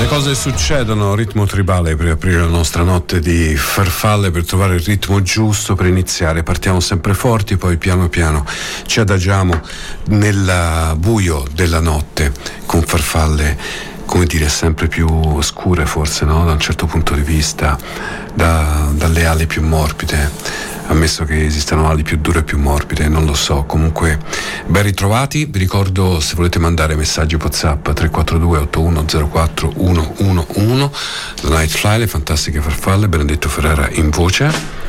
Le cose succedono, ritmo tribale per aprire la nostra notte di farfalle, per trovare il ritmo giusto per iniziare. Partiamo sempre forti, poi piano piano ci adagiamo nel buio della notte con farfalle, come dire, sempre più scure forse, no? Da un certo punto di vista, dalle ali più morbide. Ammesso che esistano ali più dure e più morbide, non lo so. Comunque ben ritrovati. Vi ricordo, se volete mandare messaggi WhatsApp, 342 8104 111. The Night Fly, le fantastiche farfalle, Benedetto Ferrara in voce,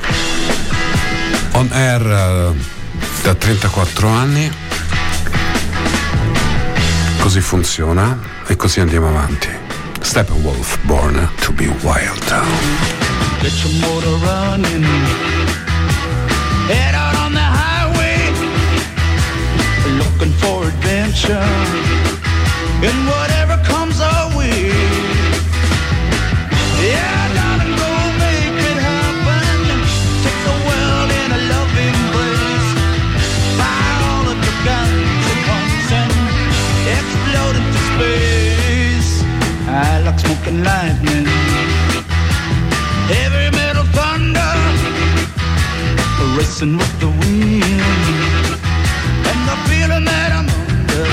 on air da 34 anni. Così funziona e così andiamo avanti. Steppenwolf, Born to be Wild. Get your motor running, head out on the highway, looking for adventure, and whatever comes our way. Yeah, darling, go make it happen. Take the world in a loving embrace. Buy all of your guns and pumps and explode into space. I like smoking lightning, heavy metal thunder, racing with the wind, and the feeling that I'm under.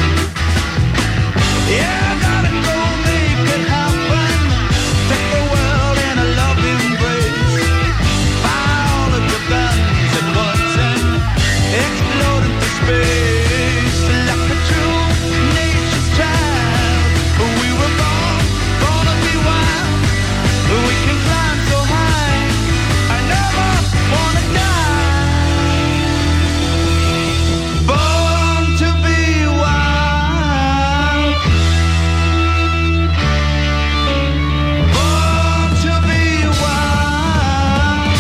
Yeah, darling, go make it happen. Take the world in a loving embrace. Buy all of your guns at once and explode into space. Like a true nature's child, we were born to be wild. We can climb so high, I never wanna die. Born to be wild. Born to be wild.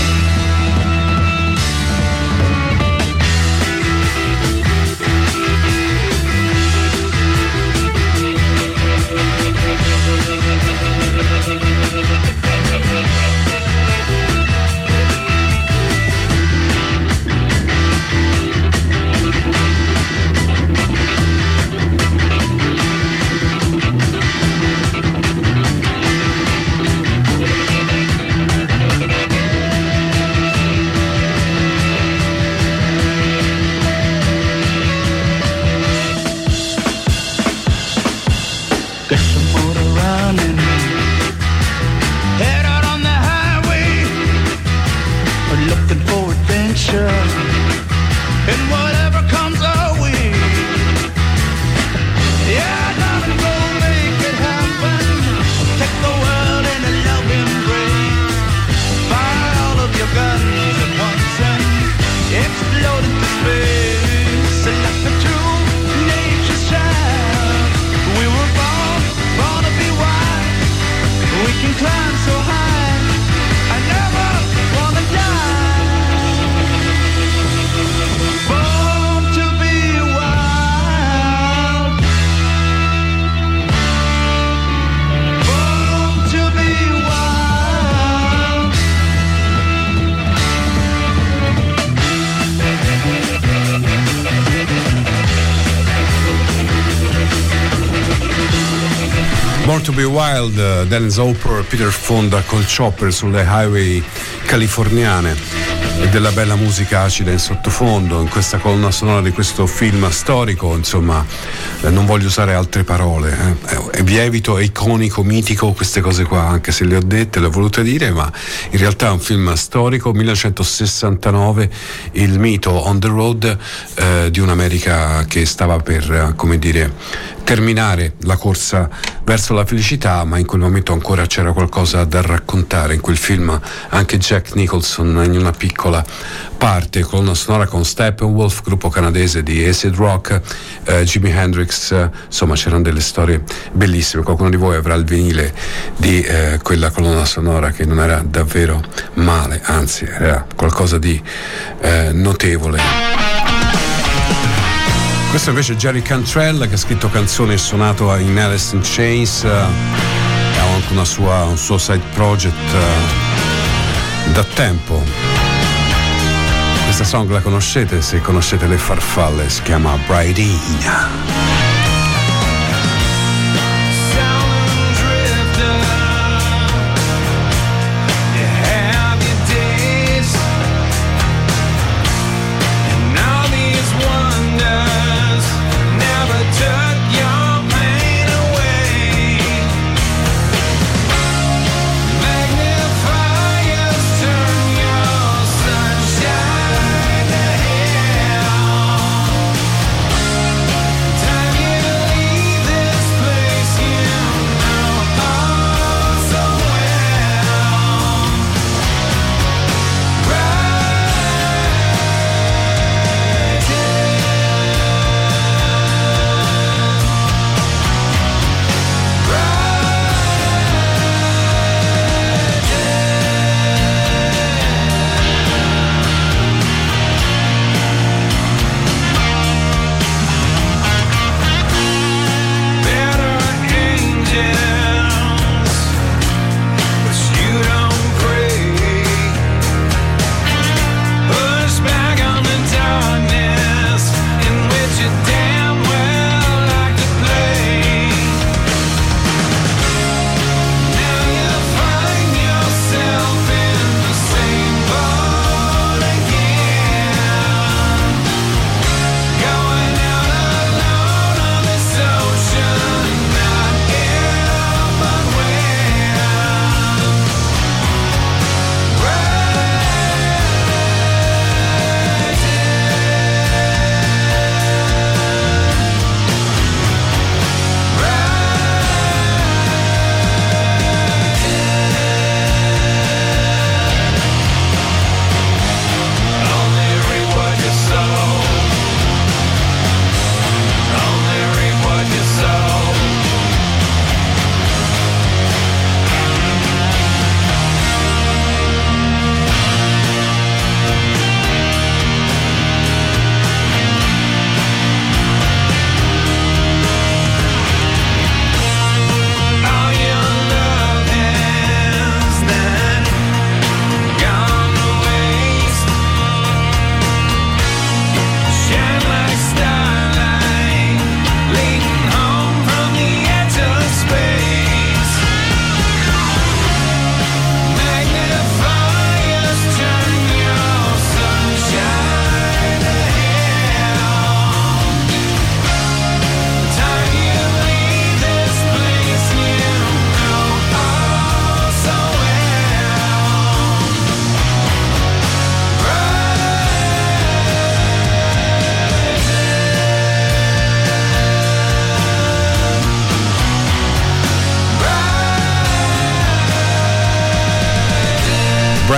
Get the motor running, head out on the highway, looking for adventure, and whatever comes our way. Yeah, darling, go make it happen. Take the world in a loving embrace. Buy all of your guns at once and explode into space. Like a true nature's child, we were born to be wild. We can climb so high, I never wanna die. Born to be wild. Born to be wild. Born to be Wild, Dennis Hopper, Peter Fonda col chopper sulle highway californiane, e della bella musica acida in sottofondo in questa colonna sonora di questo film storico. Insomma, non voglio usare altre parole, e vi evito iconico, mitico, queste cose qua, anche se le ho dette, le ho volute dire, ma in realtà è un film storico, 1969, il mito On the Road, di un'America che stava per, come dire, terminare la corsa verso la felicità, ma in quel momento ancora c'era qualcosa da raccontare. In quel film anche Jack Nicholson in una piccola parte, colonna sonora con Steppenwolf, gruppo canadese di acid rock, Jimi Hendrix, insomma c'erano delle storie bellissime. Qualcuno di voi avrà il vinile di quella colonna sonora, che non era davvero male, anzi era qualcosa di notevole. Questo invece è Jerry Cantrell, che ha scritto canzoni e suonato in Alice in Chains, ha anche un suo side project da tempo. Questa song la conoscete, se conoscete le farfalle, si chiama Bridina. Sound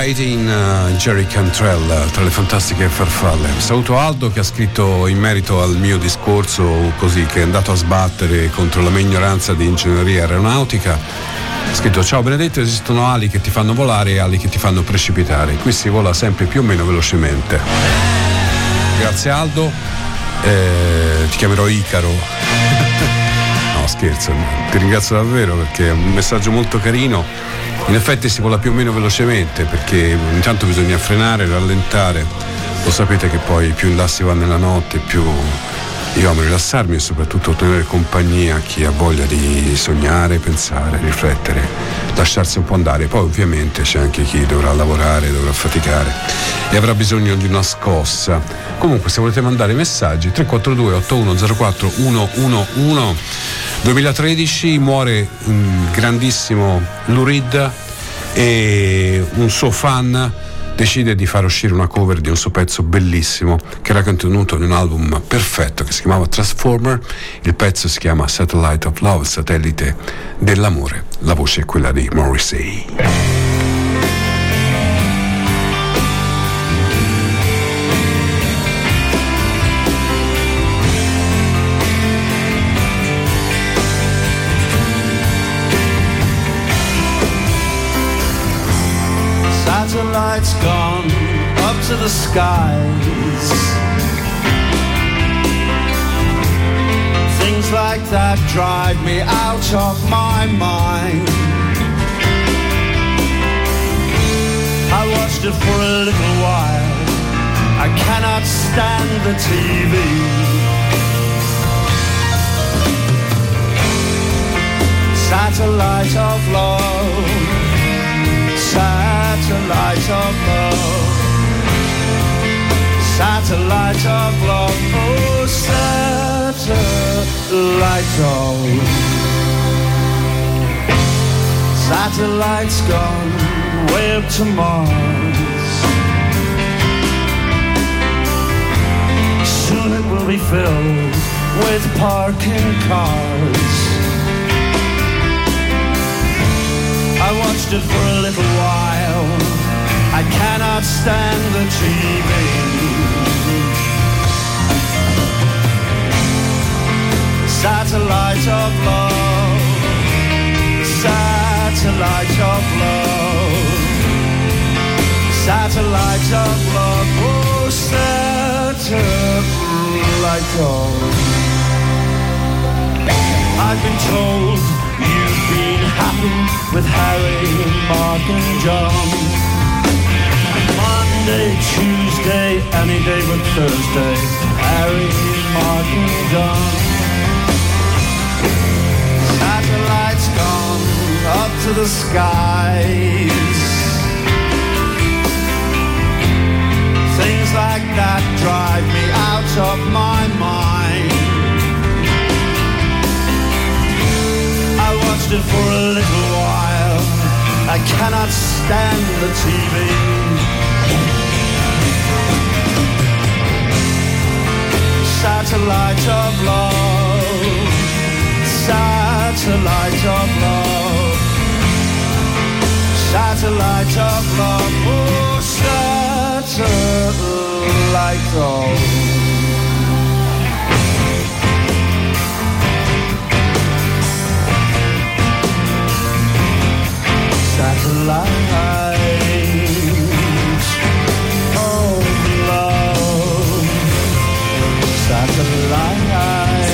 Writing Jerry Cantrell tra le fantastiche farfalle. Saluto Aldo che ha scritto in merito al mio discorso così, che è andato a sbattere contro la mia ignoranza di ingegneria aeronautica. Ha scritto: ciao Benedetto, esistono ali che ti fanno volare e ali che ti fanno precipitare, qui si vola sempre più o meno velocemente. Grazie Aldo, ti chiamerò Icaro. No, scherzo, ti ringrazio davvero perché è un messaggio molto carino. In effetti si vola più o meno velocemente perché ogni tanto bisogna frenare, rallentare. Lo sapete che poi più in là si va nella notte, più io amo rilassarmi e soprattutto tenere compagnia a chi ha voglia di sognare, pensare, riflettere, lasciarsi un po' andare. Poi ovviamente c'è anche chi dovrà lavorare, dovrà faticare e avrà bisogno di una scossa. Comunque se volete mandare messaggi 342 8104 111. 2013 muore un grandissimo Lou Reed e un suo fan decide di far uscire una cover di un suo pezzo bellissimo che era contenuto in un album perfetto che si chiamava Transformer. Il pezzo si chiama Satellite of Love, satellite dell'amore. La voce è quella di Morrissey. Satellites gone up to the skies. Things like that drive me out of my mind. I watched it for a little while. I cannot stand the TV. Satellite of love, satellite of love, satellite of love, oh satellite of. Satellites gone way up to Mars. Soon it will be filled with parking cars. I watched it for a little while. I cannot stand the TV. Satellite of love, satellite of love, satellite of love, oh satellite of. I've been told you've been happy with Harry, Mark and John. Monday, Tuesday, any day but Thursday, Harry, Mark and John. Satellites gone up to the skies. Things like that drive me out of my mind. I watched it for a little while. I cannot stand the TV. Satellite of love, satellite of love, satellite of love, oh satellite of. Satellites of love, satellites.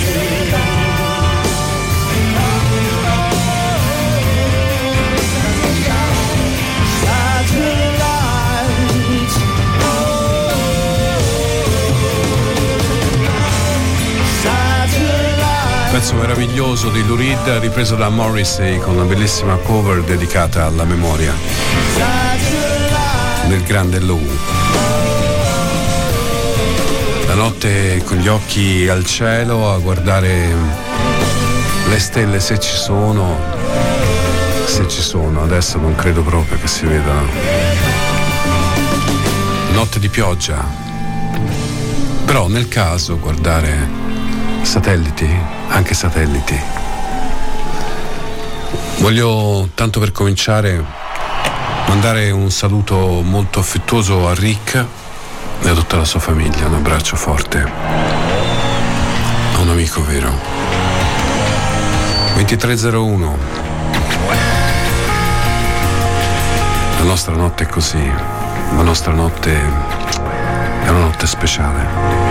Satellites, oh, satellites. Pezzo meraviglioso di Lou Reed ripreso da Morrissey con una bellissima cover dedicata alla memoria del grande Lou. La notte con gli occhi al cielo a guardare le stelle se ci sono, adesso non credo proprio che si vedano. Notte di pioggia, però nel caso guardare satelliti, anche satelliti. Voglio, tanto per cominciare, Mandare un saluto molto affettuoso a Rick e a tutta la sua famiglia, un abbraccio forte a un amico vero. 2301. La nostra notte è così, la nostra notte è una notte speciale.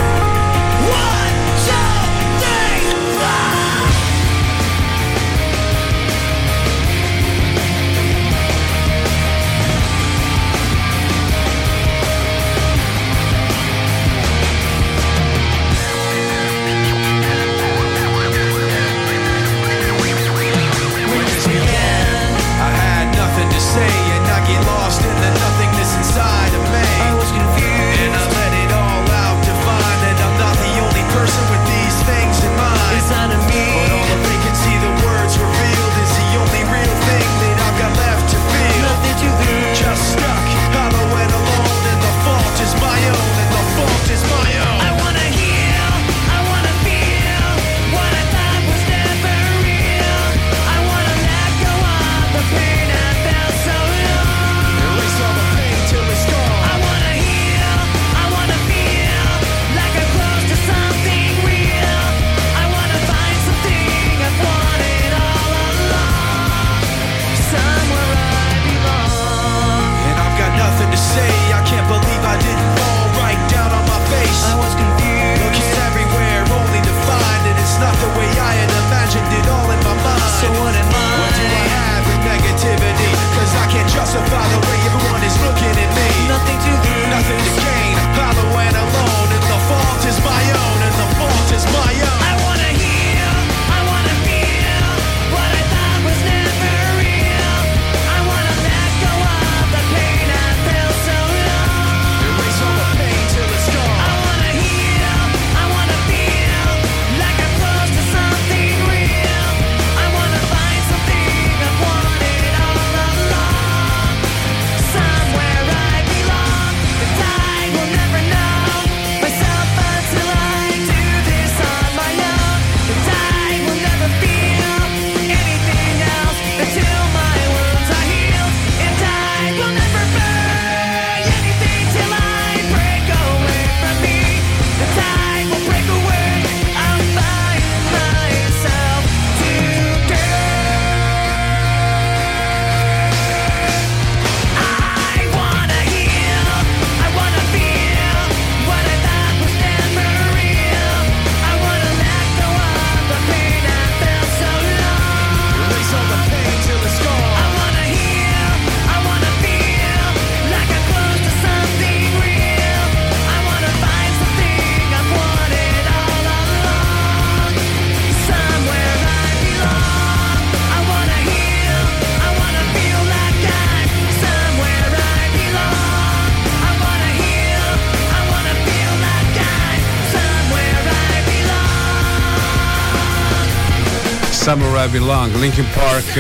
Somewhere I Belong, Linkin Park,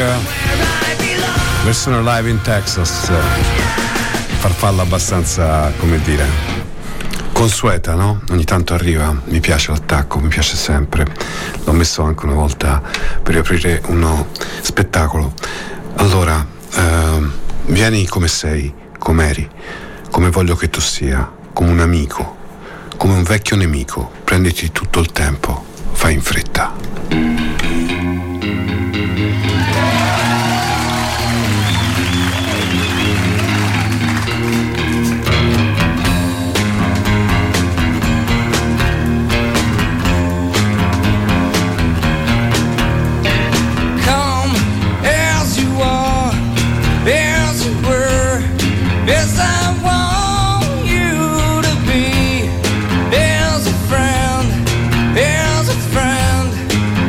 versione live in Texas, farfalla abbastanza, come dire, consueta, no? Ogni tanto arriva, mi piace l'attacco, mi piace sempre, l'ho messo anche una volta per riaprire uno spettacolo. Allora, vieni come sei, com'eri, come voglio che tu sia, come un amico, come un vecchio nemico, prenditi tutto il tempo, fai in fretta. There's a friend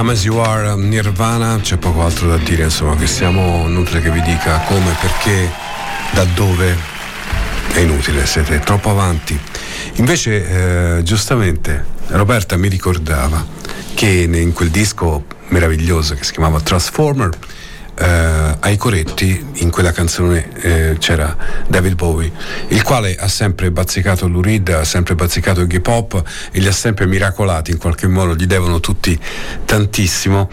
Come As You Are, Nirvana, c'è poco altro da dire, insomma, che siamo, inutile che vi dica come, perché, da dove, è inutile, siete troppo avanti. Invece, giustamente, Roberta mi ricordava che in quel disco meraviglioso che si chiamava Transformer, ai coretti in quella canzone c'era David Bowie, il quale ha sempre bazzicato Lou Reed, ha sempre bazzicato Iggy Pop e li ha sempre miracolati in qualche modo, gli devono tutti tantissimo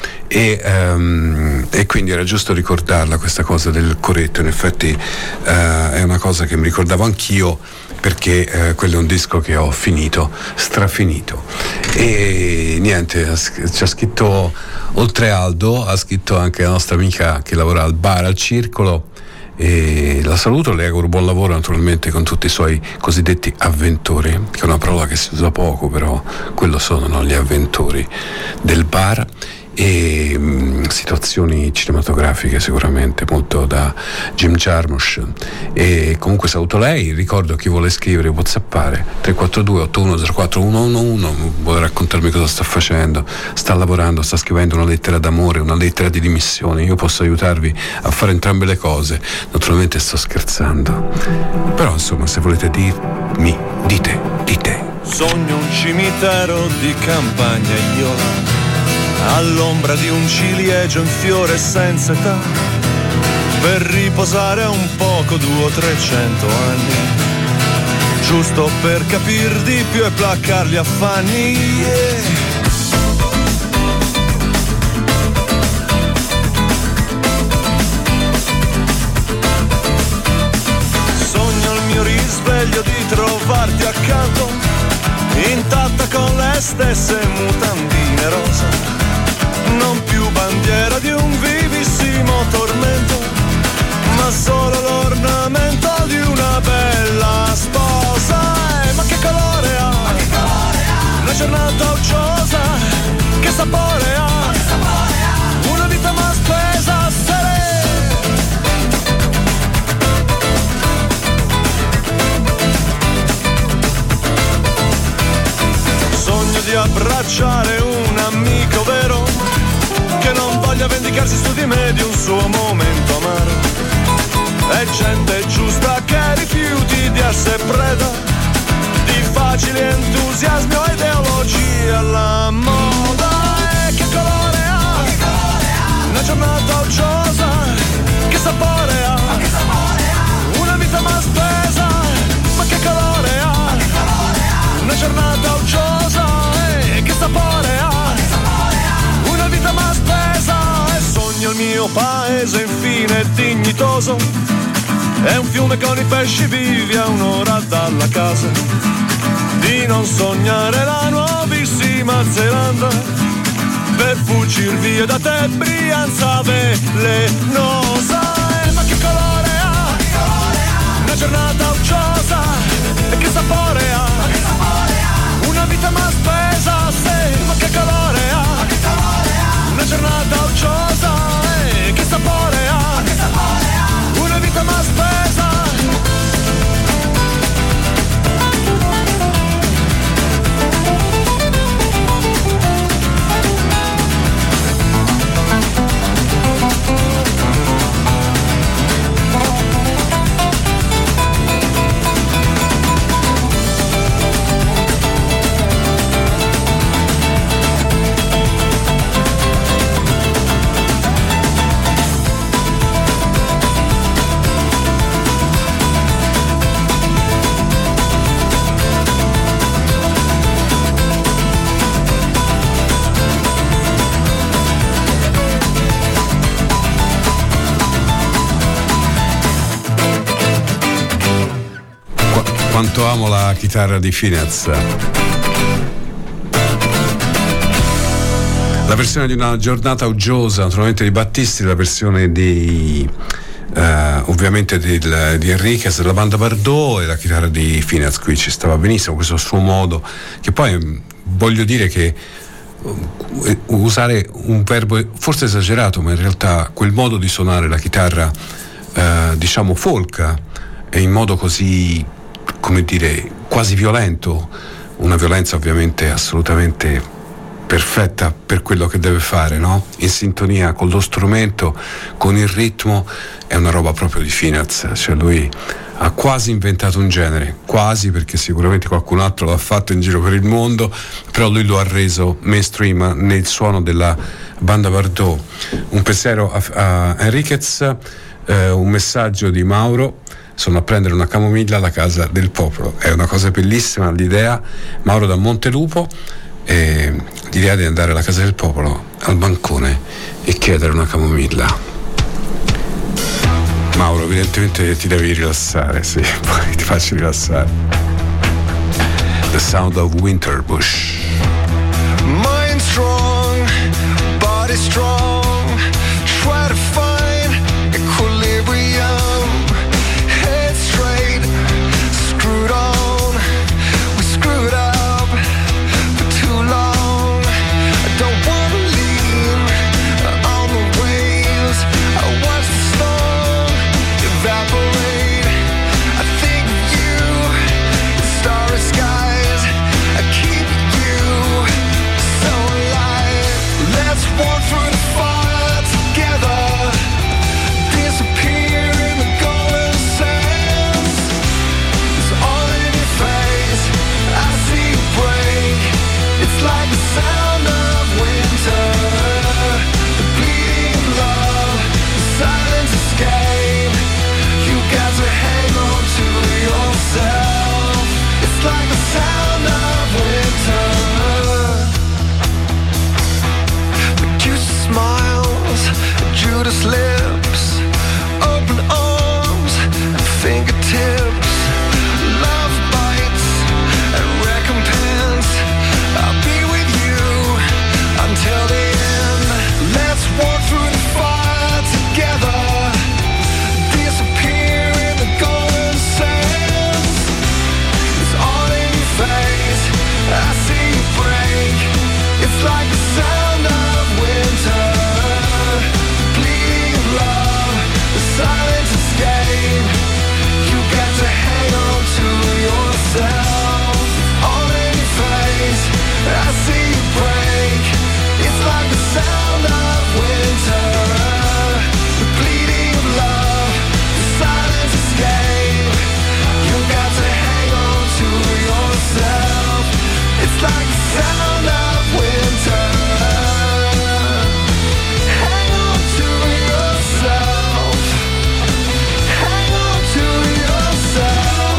e quindi era giusto ricordarla questa cosa del coretto. In effetti è una cosa che mi ricordavo anch'io, perché quello è un disco che ho finito, strafinito. E niente, ci ha scritto, oltre Aldo, ha scritto anche la nostra amica che lavora al bar al Circolo, e la saluto, le auguro buon lavoro naturalmente con tutti i suoi cosiddetti avventori, che è una parola che si usa poco, però quello sono, no? Gli avventori del bar. E situazioni cinematografiche sicuramente molto da Jim Jarmusch. E comunque saluto lei, ricordo chi vuole scrivere, whatsappare 342 8104 111, vuole raccontarmi cosa sta facendo, sta lavorando, sta scrivendo una lettera d'amore, una lettera di dimissioni. Io posso aiutarvi a fare entrambe le cose, naturalmente sto scherzando, però insomma, se volete dirmi, dite. Sogno un cimitero di campagna iola, all'ombra di un ciliegio in fiore senza età, per riposare un poco 200 o 300 anni, giusto per capir di più e placcar gli affanni, yeah. Sogno il mio risveglio di trovarti accanto, intatta con le stesse mutandine rosa, non più bandiera di un vivissimo tormento, ma solo l'ornamento di una bella sposa. Ma che colore ha? Una giornata uggiosa, che sapore ha? Una vita ma spesa, sogno di abbracciare un amico vero, che non voglia vendicarsi su di me di un suo momento amaro. È gente giusta che rifiuti di essere preda di facili entusiasmi o ideologie alla moda. E che colore ha? Una giornata uggiosa, che sapore ha? Una vita ma spesa, ma che colore ha? Una giornata uggiosa, che sapore ha? Una vita ma spesa. E sogno il mio paese infine dignitoso, è un fiume con i pesci vivi a un'ora dalla casa, di non sognare la nuovissima Zelanda, per fuggir via da te Brianza velenosa. Ma che colore ha? Una giornata uggiosa, e che sapore ha? Una vita ma spesa, sì, ma che colore ha? Una giornata uggiosa, che sapore ha? Una vita ma spesa. Quanto amo la chitarra di Finez. La versione di Una giornata uggiosa, naturalmente di Battisti, la versione di ovviamente di Enriquez, della banda Bardot, e la chitarra di Finez qui ci stava benissimo, questo suo modo, che poi voglio dire che usare un verbo forse esagerato, ma in realtà quel modo di suonare la chitarra diciamo folka, e in modo così, come dire, quasi violento, una violenza ovviamente assolutamente perfetta per quello che deve fare, no? In sintonia con lo strumento, con il ritmo, è una roba proprio di Finaz. Cioè lui ha quasi inventato un genere, quasi, perché sicuramente qualcun altro l'ha fatto in giro per il mondo, però lui lo ha reso mainstream nel suono della banda Bardot. Un pensiero a Enriquez, un messaggio di Mauro: sono a prendere una camomilla alla casa del popolo. È una cosa bellissima l'idea. Mauro da Montelupo, l'idea di andare alla casa del popolo, al bancone, e chiedere una camomilla. Mauro, evidentemente ti devi rilassare, sì, poi ti faccio rilassare. The Sound of Winterbush. Mind strong, body strong, try to find equilibrium. Head straight, screwed on, we screwed up for too long. I don't wanna lean on the waves, I watch the storm evaporate. I think of you, the starry skies, I keep you so alive. Let's walk through the fire together, disappear in the golden sands. It's all in your face, I see you break. It's like the sound of winter, the bleeding love, the silent escape. You got to hang on to yourself. It's like the sound of winter. Medusa smiles, Judas lips, open arms and fingertips. Love bites and recompense. I'll be with you until the end. Let's walk through the fire together, disappear in the golden sands. It's all in your face, I see you break. It's like the sound of winter, bleeding love, the silent escape. You got to hang on to yourself. All in your face, I see you break. It's like the sound of winter, the bleeding love, the silent escape. You got to hang on to yourself. It's like the sound of winter. Hang on to yourself. Hang on to yourself.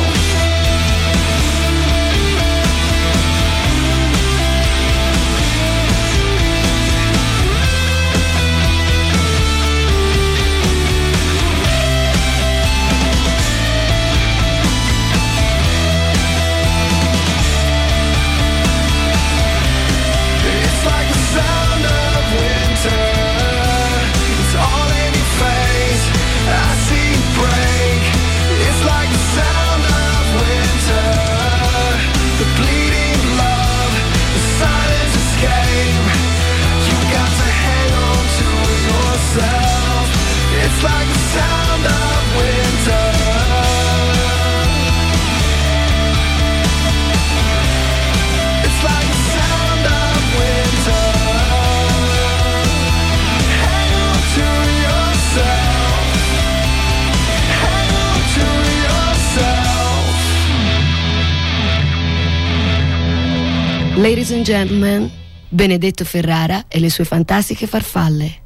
It's like the sound of winter. It's all in your face, I see you break. It's like the sound of winter, the bleeding love, the silent escape. You got to hang on to yourself. It's like the sound of winter. It's like the sound of winter. Hang on to yourself. Hang on to yourself. Ladies and gentlemen, Benedetto Ferrara e le sue fantastiche farfalle.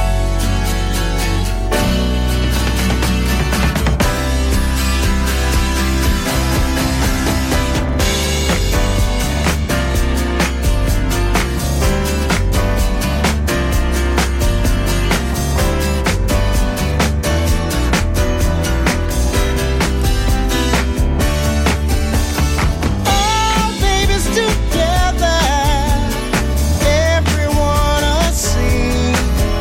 All babies together, everyone a scene.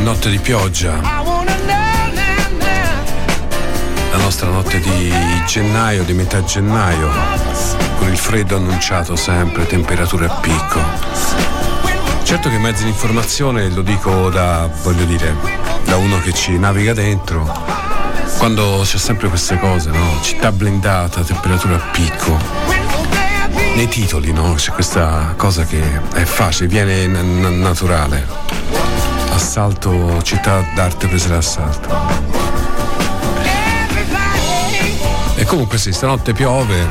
notte di pioggia, la nostra notte di gennaio, di metà gennaio, con il freddo annunciato sempre, temperature a picco. Certo che i mezzi di informazione, lo dico da uno che ci naviga dentro, quando c'è sempre queste cose, no? Città blindata, temperatura a picco. Nei titoli, no? C'è questa cosa che è facile, viene naturale. Assalto, città d'arte presa d'assalto. E comunque sì, stanotte piove,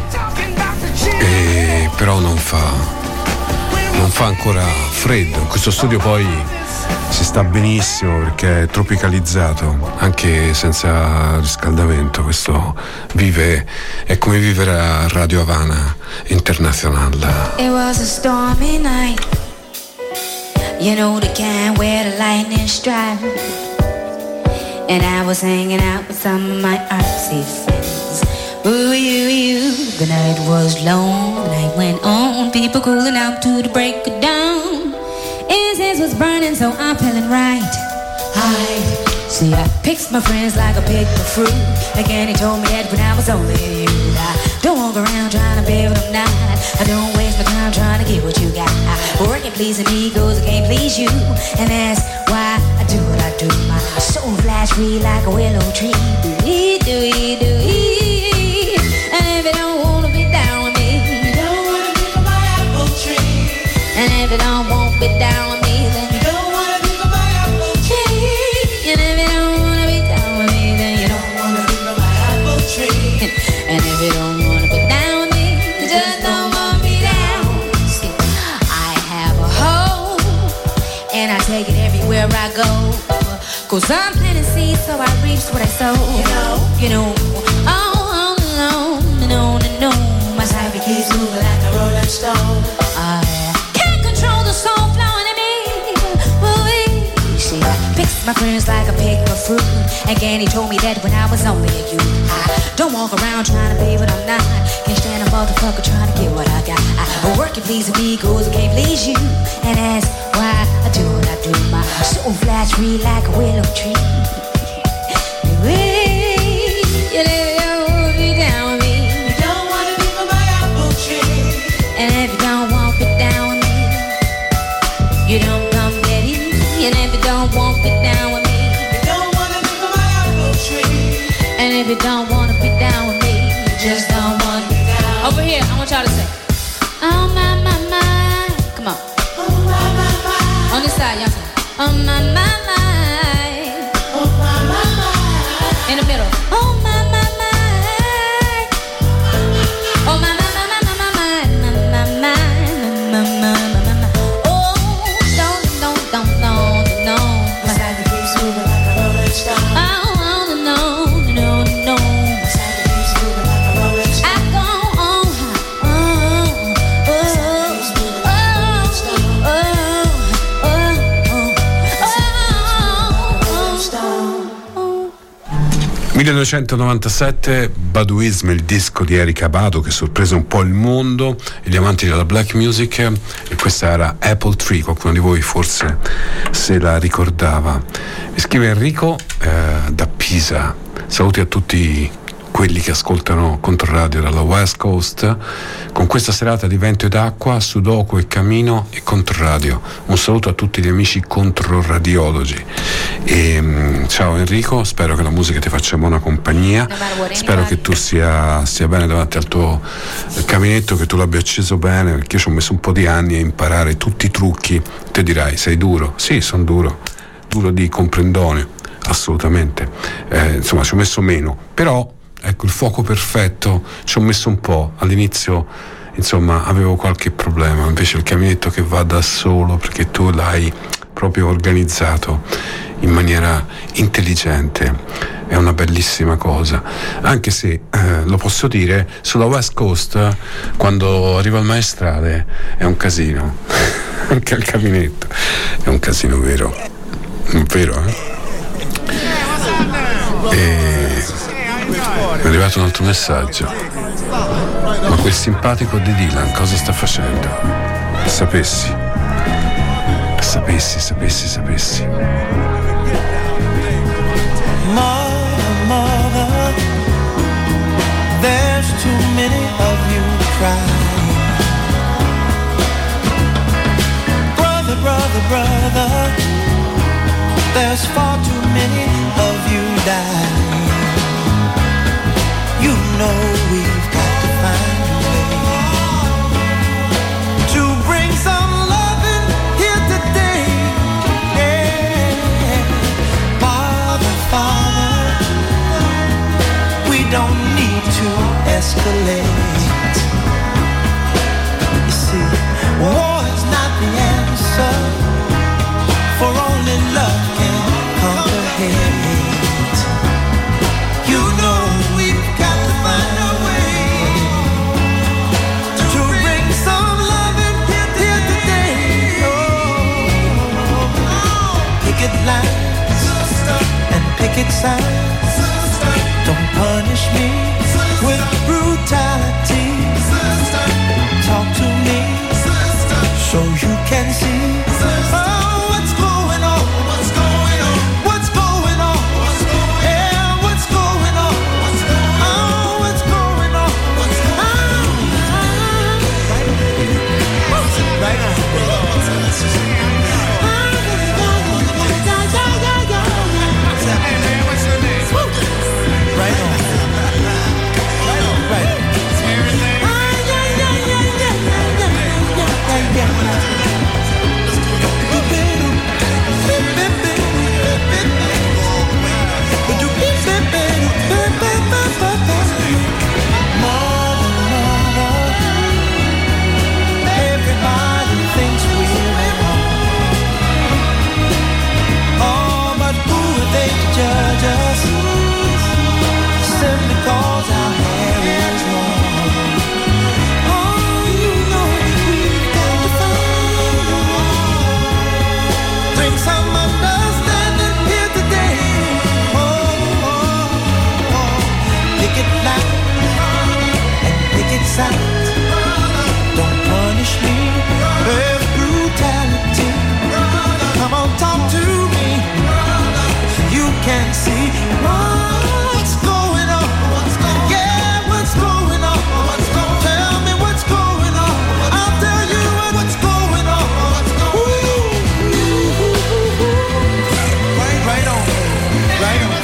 però non fa ancora freddo. In questo studio poi si sta benissimo perché è tropicalizzato, anche senza riscaldamento. Questo è come vivere a Radio Havana Internazionale. It was a stormy night, you know the kind where the lightning strikes. And I was hanging out with some of my artsy friends. Ooh, you. The night was long, the night went on, people cooling out to the break of dawn. Incense was burning, so I'm feeling right. See, I picked my friends like a pick of fruit. Again, he told me that when I was only you. I don't walk around trying to be what I'm not. I don't waste my time trying to get what you got. Working pleasing me goes, I can't please you. And that's why I do what I do. My soul flash free like a willow tree. Do. And if you don't wanna be down with me, you don't wanna be my apple tree. And if you don't want to be down with me, then you don't wanna be my apple tree. And if you don't wanna be down with me, then you don't wanna be my apple tree. And if you don't wanna be down with me, you just don't wanna be down. See, I have a hoe, and I take it everywhere I go. 'Cause I'm planting seeds, so I reap what I sow. You know. No. My psyche keeps moving like a rolling stone. I can't control the soul flowing in me. Ooh, see, I picked my friends like a pick of fruit. Again, he told me that when I was only a youth. I don't walk around trying to be what I'm not. Can't stand a motherfucker trying to get what I got. I work and please me, cause I can't please you. And that's why I do what I do. My soul flash free like a willow tree. You don't wanna be down with me. You don't wanna be my apple tree. And if you don't want to be down with me, you don't come get it. And if you don't want to be down with me, you don't wanna be my apple tree. And if you don't wanna be down with me, you just don't wanna be down. Over here, I want y'all to say, oh my. Come on. Oh my. On this side, y'all say, oh my. Oh my. In the middle. Oh my. Oh my. Nel 1997 Baduism, il disco di Erykah Badu che sorprese un po' il mondo e gli amanti della black music, e questa era Apple Tree. Qualcuno di voi forse se la ricordava. Mi scrive Enrico da Pisa: saluti a tutti quelli che ascoltano Controradio dalla West Coast con questa serata di vento ed acqua, Sudoku e Camino e Controradio. Un saluto a tutti gli amici controradiologi e ciao Enrico, spero che la musica ti faccia buona compagnia, spero che tu stia bene davanti al tuo caminetto, che tu l'abbia acceso bene, perché io ci ho messo un po' di anni a imparare tutti i trucchi. Te dirai, sei duro? Sì, sono duro di comprendonio, assolutamente, insomma ci ho messo meno, però ecco, il fuoco perfetto ci ho messo un po'. All'inizio, insomma, avevo qualche problema, invece il caminetto che va da solo, perché tu l'hai proprio organizzato in maniera intelligente, è una bellissima cosa. Anche se, lo posso dire, sulla West Coast, quando arriva il maestrale, è un casino. Anche il caminetto è un casino, vero? Vero, mi è arrivato un altro messaggio. Ma quel simpatico di Dylan cosa sta facendo? Sapessi. brother, there's far too many of you dying. You know we've got to find a way to bring some loving here today. Yeah. Father, we don't need to escalate. You see, war is not the answer, for only love can conquer hate. You know we've got to find a way to bring some love in here today. Oh, picket lines and picket signs. Don't punish me with brutality. Talk to me so you can see. Oh, what's going on? What's going on? What's going on? Yeah, what's going on? Oh, what's going on? What's going on? Right on. Hey man, what's your name? Right on. Right on. Right on. Everything. Everybody thinks we're wrong. Oh, but who are they to judge us? Simply cause our hair is long. Oh, you know we've got to find a way. Bring some understanding here today. Picket line and picket signs. Don't punish me with brutality. Come on, talk to me. You can see what's going on. Yeah, what's going on? Tell me what's going on. I'll tell you what's going on. Right on. Right on.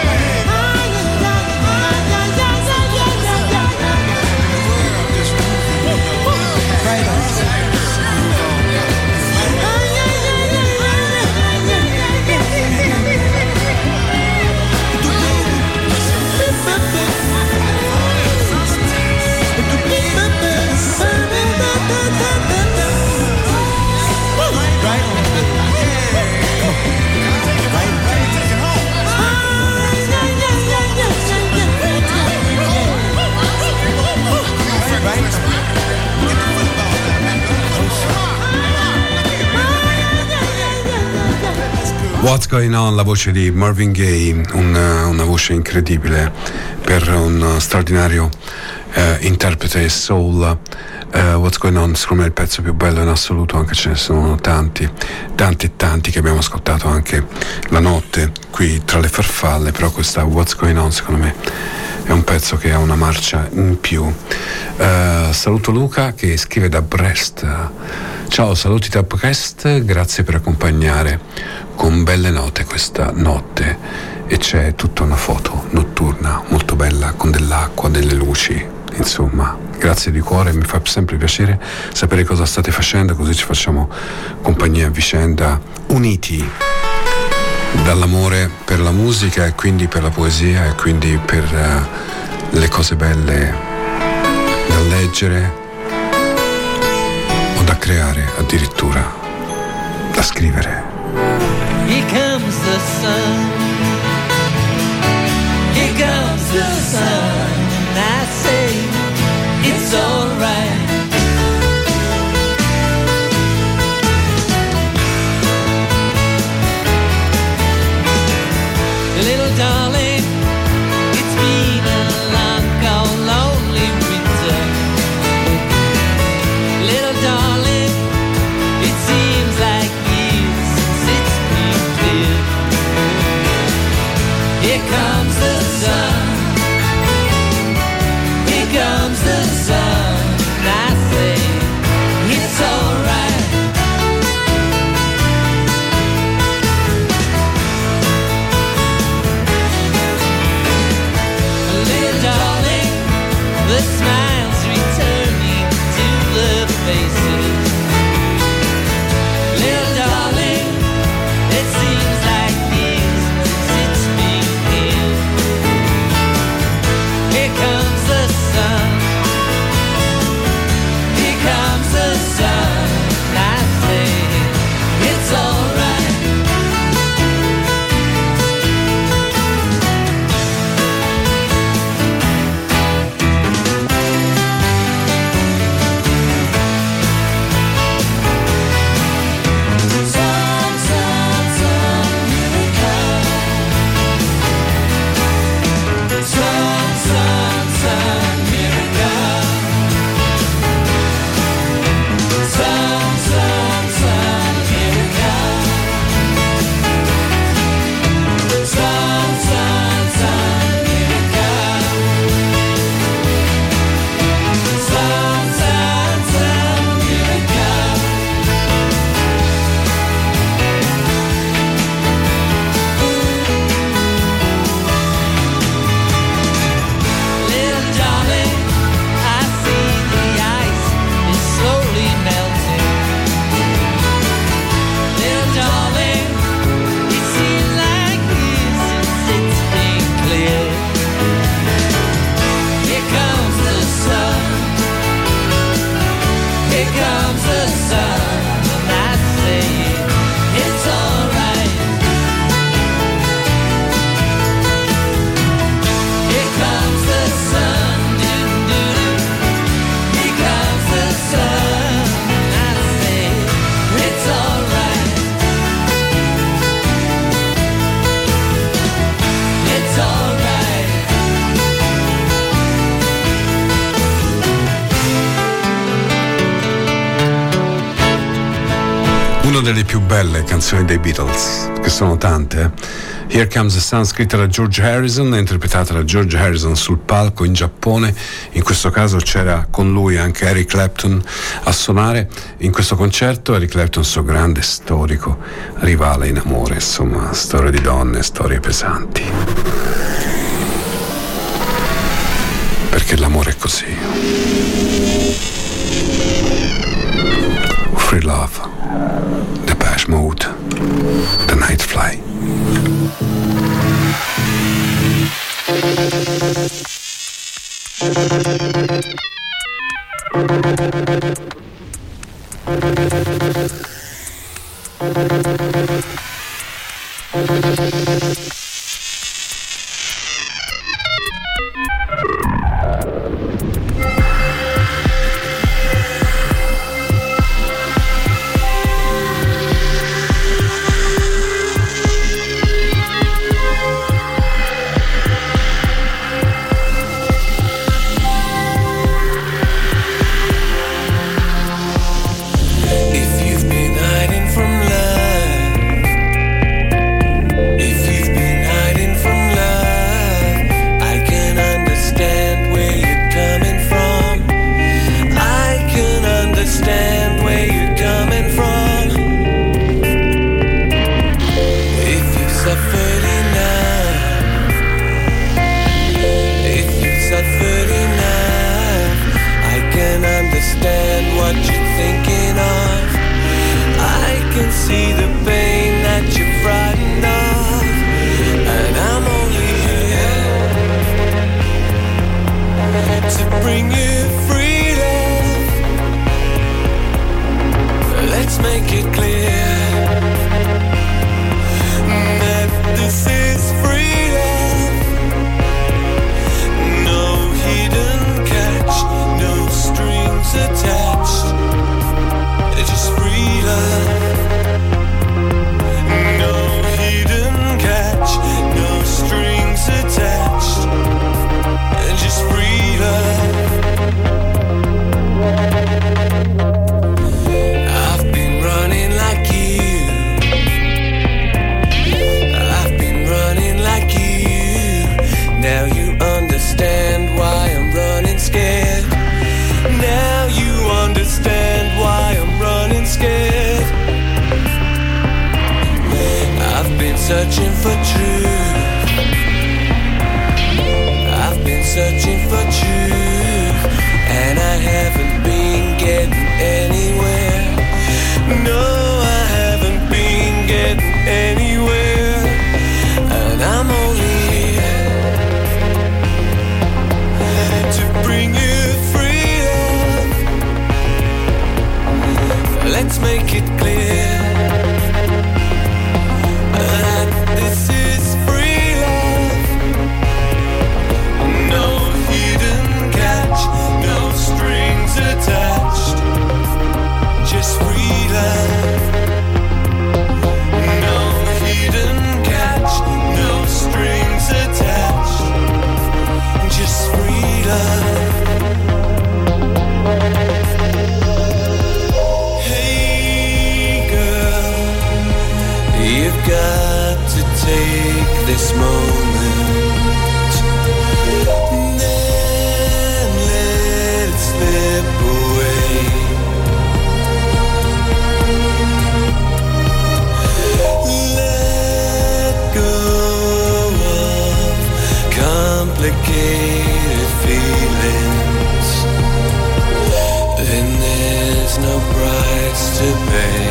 What's Going On, la voce di Marvin Gaye, una voce incredibile per un straordinario interprete soul. What's Going On secondo me è il pezzo più bello in assoluto, anche ce ne sono tanti che abbiamo ascoltato anche la notte qui tra le farfalle, però questa What's Going On secondo me è un pezzo che ha una marcia in più. Saluto Luca che scrive da Brest. Ciao, saluti da Brest, grazie per accompagnare con belle note questa notte, e c'è tutta una foto notturna molto bella con dell'acqua, delle luci, insomma grazie di cuore, mi fa sempre piacere sapere cosa state facendo, così ci facciamo compagnia a vicenda, uniti dall'amore per la musica e quindi per la poesia e quindi per le cose belle da leggere o da creare, addirittura da scrivere. Here comes the sun. Here comes the sun. And I say it's alright. Little darling, it's been a long, cold, lonely winter. Little darling, it seems like years since it's been clear. Here comes the sun. Here comes the sun. una delle più belle canzoni dei Beatles, che sono tante. Here Comes the Sun, scritta da George Harrison e interpretata da George Harrison sul palco in Giappone. In questo caso c'era con lui anche Eric Clapton a suonare in questo concerto. Eric Clapton, suo grande storico rivale in amore, insomma, storie di donne, storie pesanti. Perché l'amore è così. Free Love, Depeche Mode, The Night Fly. Searching for truth. I've been searching for truth, and I haven't been getting anywhere. No, I haven't been getting anywhere, and I'm only here to bring you freedom. Let's make it clear. This is free love. No hidden catch, no strings attached. Just free love. No hidden catch, no strings attached. Just free love. Hey girl, you've got to take this moment, then let it slip away. Let go of complicated feelings, then there's no price to pay.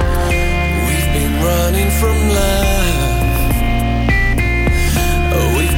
From love, we've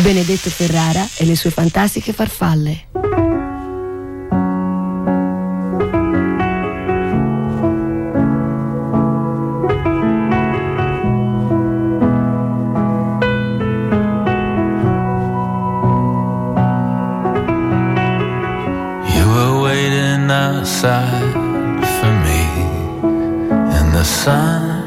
Benedetto Ferrara e le sue fantastiche farfalle. Outside for me in the sun,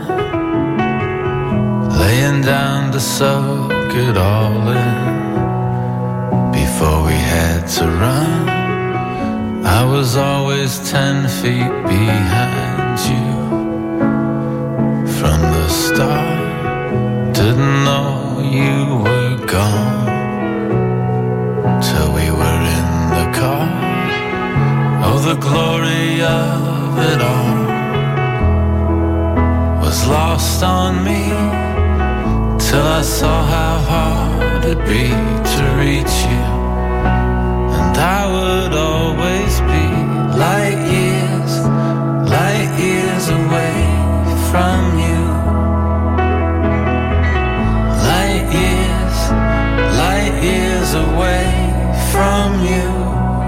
laying down to soak it all in before we had to run. I was always 10 feet behind you from the start. Didn't know you were gone till we were in the car. Oh, the glory of it all was lost on me till I saw how hard it'd be to reach you. And I would always be light years away from you. Light years away from you.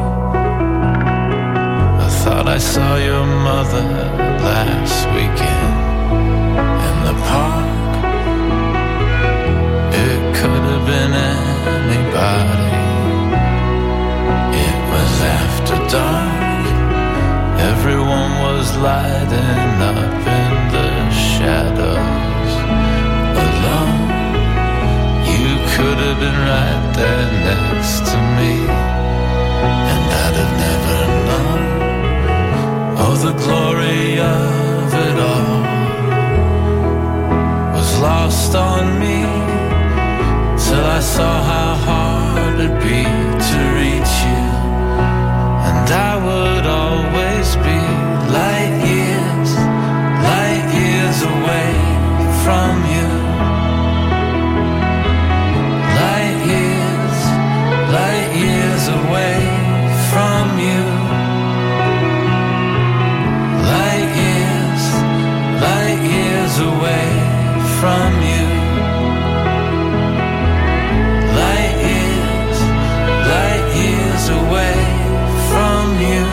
Thought I saw your mother last weekend in the park. It could have been anybody. It was after dark. Everyone was lighting up in the shadows alone. You could have been right there next to me, and I'd have never known. Oh, the glory of it all was lost on me till I saw how hard it'd be to reach you. And I would always be light years away from you. Light years away from you. Light years away from you. Light years away from you.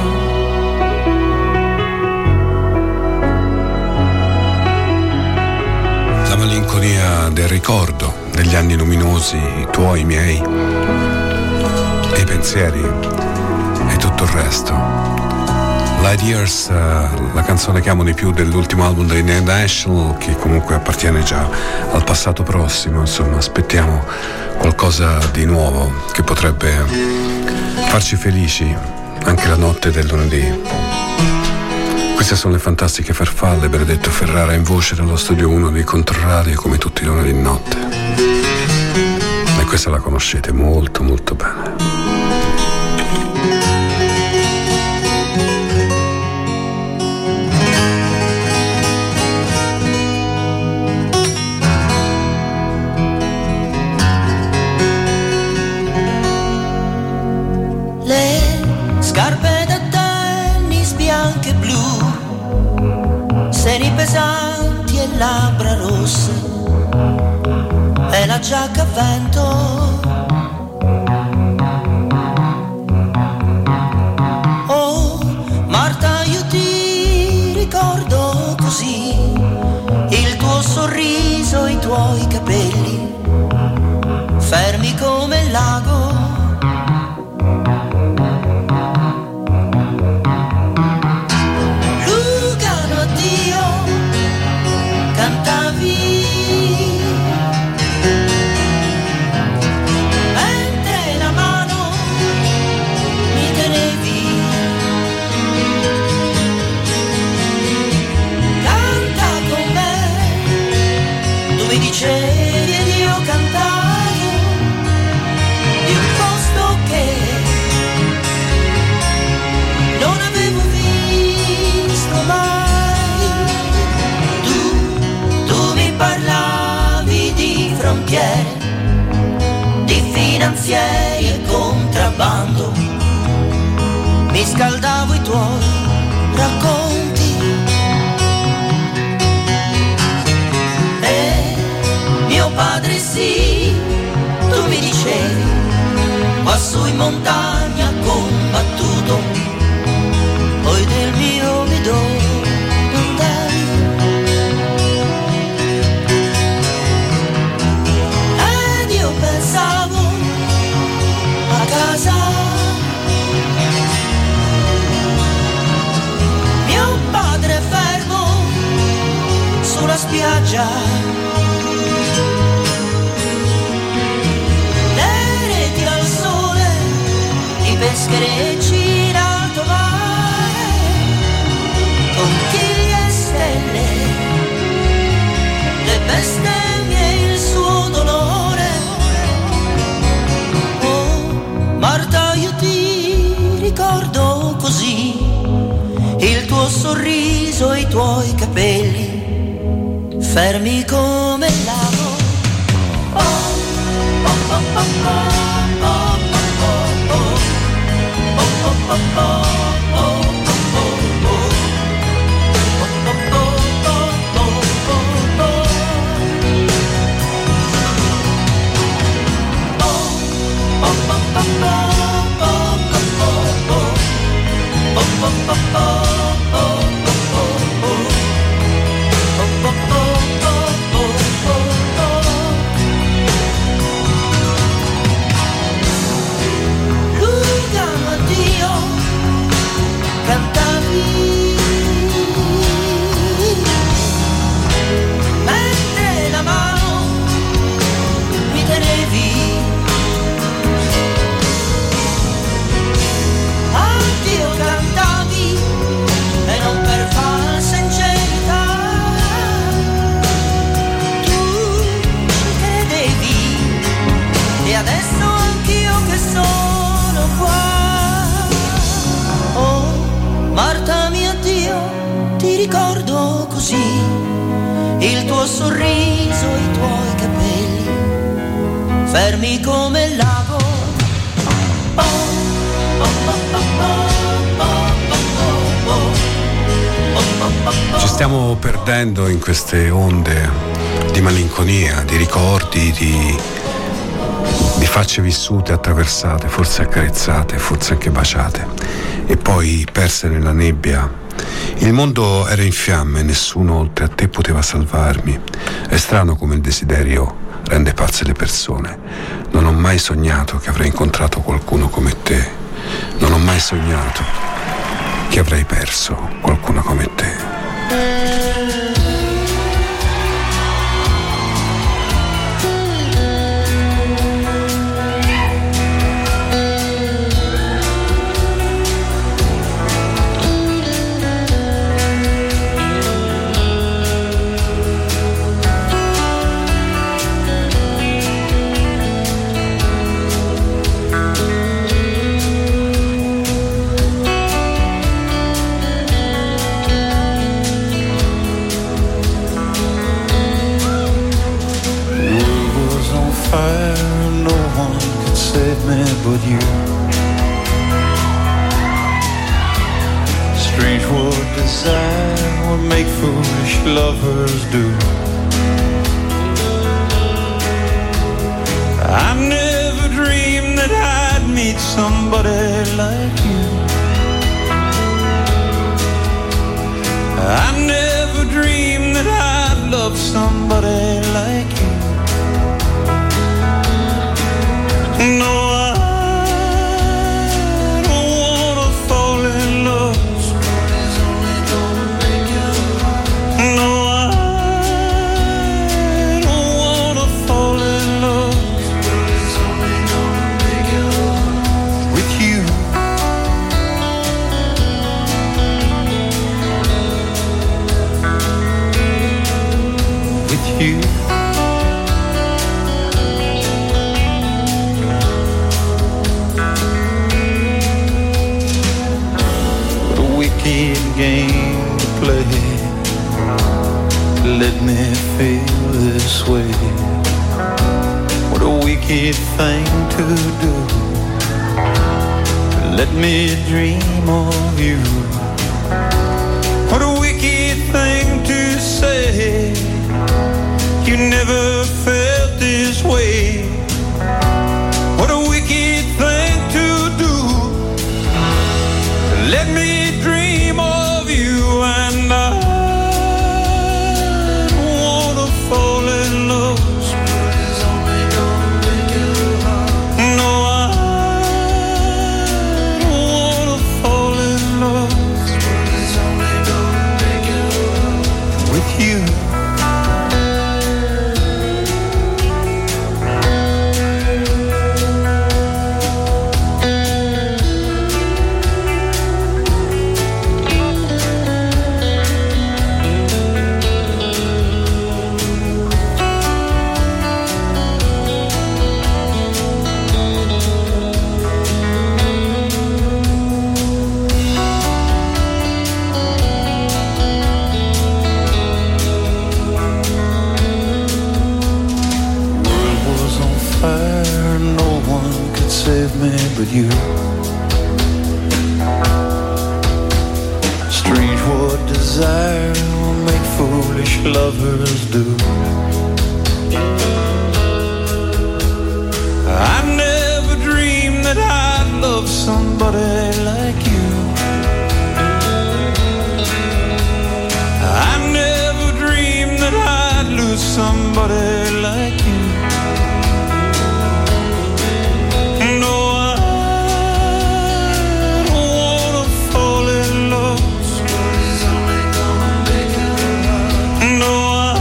La malinconia del ricordo degli anni luminosi, i tuoi, i miei, e i pensieri e tutto il resto. Light Years, la canzone che amo di più dell'ultimo album dei The National, che comunque appartiene già al passato prossimo. Insomma, aspettiamo qualcosa di nuovo che potrebbe farci felici anche la notte del lunedì. Queste sono le fantastiche farfalle, Benedetto Ferrara in voce dallo studio 1 di Controradio, come tutti i lunedì notte. E questa la conoscete molto molto bene. Scarpe da tennis bianche e blu, seni pesanti e labbra rosse, e la giacca a vento. Oh, Marta, io ti ricordo così, il tuo sorriso, i tuoi capelli, fermi come il lago. Ed io cantavo di un posto che non avevo visto mai. Tu mi parlavi di frontiere, di finanzieri e contrabbando, mi scaldavo i tuoi racconti. Mio padre sì, tu mi dicevi, spiaggia, le reti al sole, i pescherecci in alto mare, conchiglie e stelle, le bestemmie e il suo dolore. Oh, Marta, io ti ricordo così, il tuo sorriso e i tuoi capelli fermi come il lago. Oh, oh, oh, oh, oh, oh, oh, oh, oh, oh, oh. Ricordo così il tuo sorriso, i tuoi capelli fermi come il lago. Ci stiamo perdendo in queste onde di malinconia, di ricordi, di facce vissute, attraversate, forse accarezzate, forse anche baciate e poi perse nella nebbia. Il mondo era in fiamme, nessuno oltre a te poteva salvarmi. È strano come il desiderio rende pazze le persone. Non ho mai sognato che avrei incontrato qualcuno come te. Non ho mai sognato che avrei perso qualcuno come te. But you, strange what desire will make foolish lovers do. I never dreamed that I'd meet somebody like you. I never dreamed that I'd love somebody like you. No, game to play. Let me feel this way. What a wicked thing to do. Let me dream of you. What a wicked thing to say. You never felt this way. What a wicked thing to do. Let me dream of you, and I wanna fall in love. No, I wanna fall in love with you. with you. Strange what desire will make foolish lovers do. I never dreamed that I'd love somebody like you. I never dreamed that I'd lose somebody like you. No, I don't wanna fall in love. No, I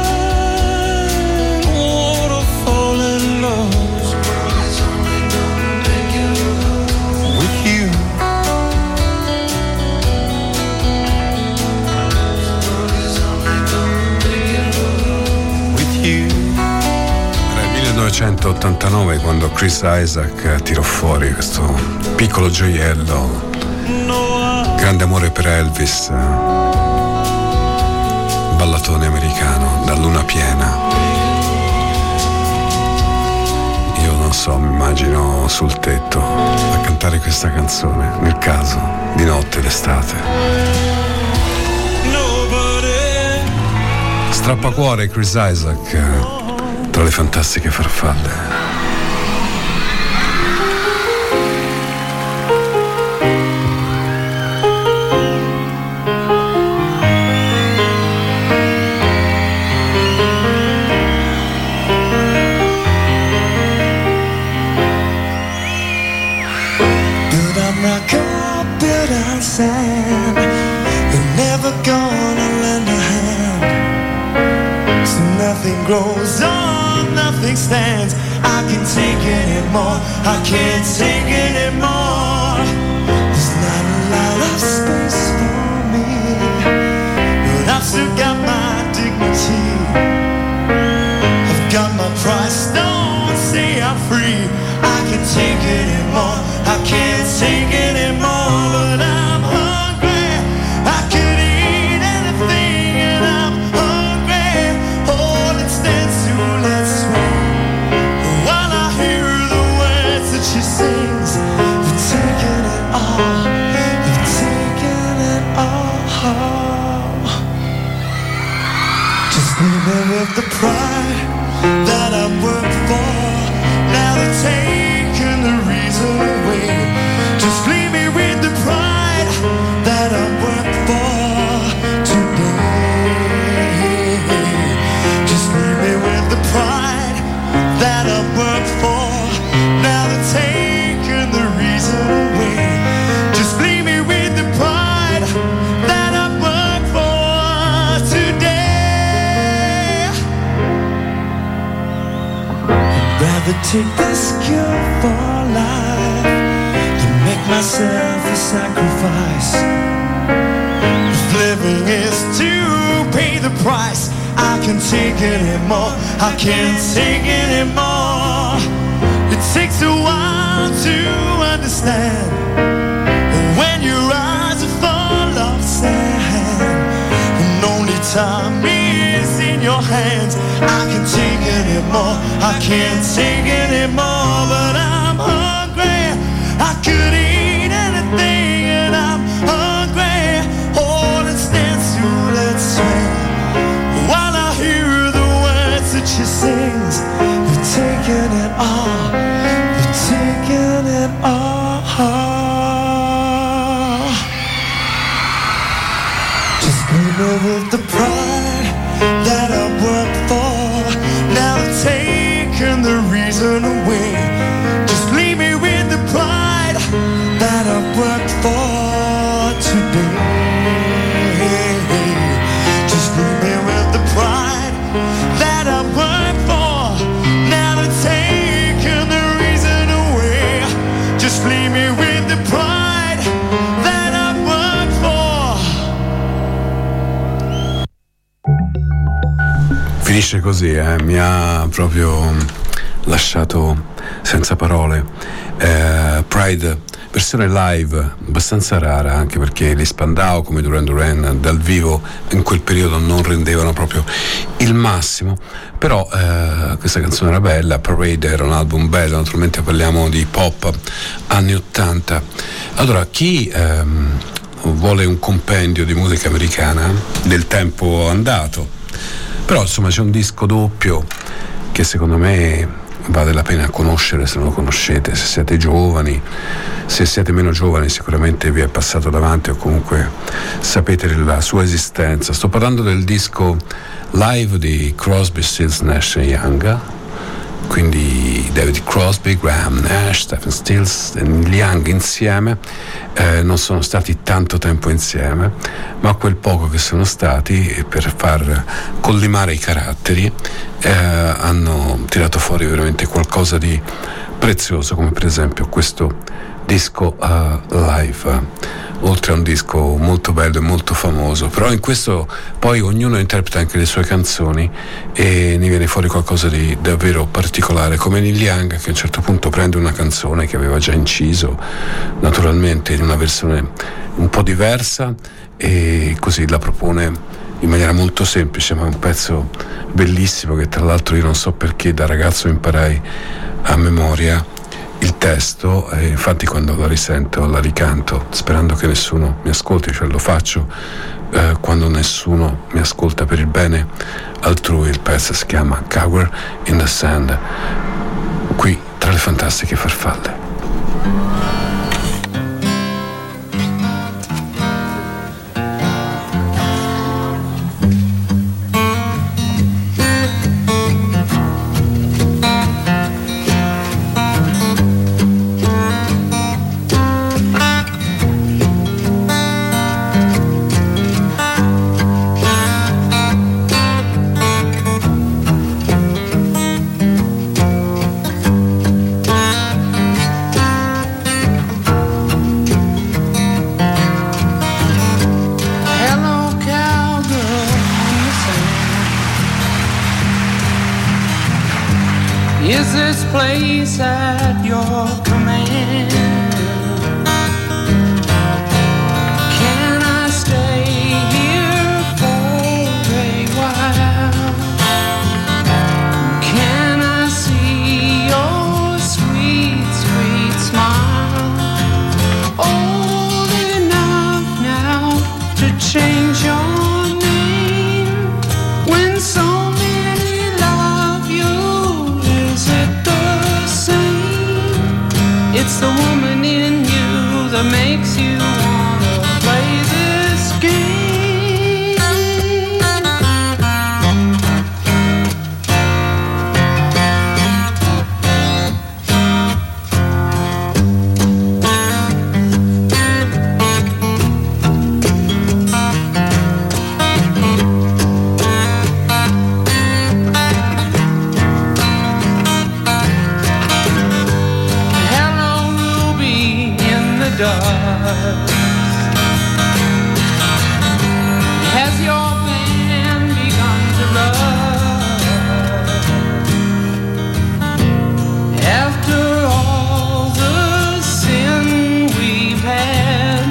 don't wanna fall in love with you. With you. Era il 1989 quando Chris Isaak tirò fuori questo piccolo gioiello, grande amore per Elvis, ballatone americano da luna piena. Io non so, mi immagino sul tetto a cantare questa canzone, nel caso, di notte d'estate. Strappacuore Chris Isaak tra le fantastiche farfalle. Built on rock or built on sand, you're never gonna lend a hand. So nothing grows on, nothing stands. I can't take it anymore, I can't take it anymore. There's not a lot of space for me, but I've still got my dignity. I've got my price, don't say I'm free. I can't take it anymore, I can't take it anymore. But I'm hungry, I could eat anything. And I'm hungry, oh, let's dance to let's swing. While I hear the words that she sings, they're taking it all, they're taking it all. Just leave me with the pride that I worked for. Now they're taking the reason away. Just leave me with the pride that I worked for today. Just leave me with the pride that I worked for. Now they're taking the reason away. Just leave me with the pride that I worked for today. I'd rather take this cure for life than make myself a sacrifice. If living is to pay the price, I can't take it anymore, I can't take it anymore. It takes a while to understand when your eyes are full of sand, and only time is in your hands. I can't take it anymore, I can't take it anymore. But I'm hungry, I could eat anything. And I'm hungry, oh, let's dance to let's swing. While I hear the words that she sings, they're taking it all, they're taking it all. Just leave me with the pride that I worked for. Now they're taking the reason away. Just leave me with the pride that I worked for today. Just leave me with the pride that I worked for. Now they're taking the reason away. Just leave me with the pride that I worked for. Finisce così, mi ha proprio lasciato senza parole. Pride, versione live abbastanza rara, anche perché gli Spandau come Duran Duran dal vivo in quel periodo non rendevano proprio il massimo, però questa canzone era bella. Parade era un album bello, naturalmente parliamo di pop anni 80. Allora, chi vuole un compendio di musica americana del tempo andato, però insomma c'è un disco doppio che secondo me vale la pena conoscere se non lo conoscete, se siete giovani. Se siete meno giovani sicuramente vi è passato davanti o comunque sapete la sua esistenza. Sto parlando del disco live di Crosby, Stills, Nash & Young, quindi David Crosby, Graham Nash, Stephen Stills e Neil Young insieme. Non sono stati tanto tempo insieme, ma quel poco che sono stati, per far collimare i caratteri, hanno tirato fuori veramente qualcosa di prezioso, come per esempio questo disco live. Oltre a un disco molto bello e molto famoso, però in questo poi ognuno interpreta anche le sue canzoni e ne viene fuori qualcosa di davvero particolare, come Neil Young, che a un certo punto prende una canzone che aveva già inciso naturalmente in una versione un po' diversa e così la propone in maniera molto semplice, ma è un pezzo bellissimo che tra l'altro io non so perché da ragazzo imparai a memoria il testo, e infatti quando la risento la ricanto sperando che nessuno mi ascolti, cioè lo faccio quando nessuno mi ascolta per il bene altrui. Il pezzo si chiama Cower in the Sand, qui tra le fantastiche farfalle. Is this place at your command? Can I stay here for a while? Can I see your sweet, sweet smile? Old enough now to change your name when so many love you. Is it the same? It's the woman in you that makes you wanna play this game. Hello, Ruby in the dust. Has your band begun to rust? After all the sin we've had,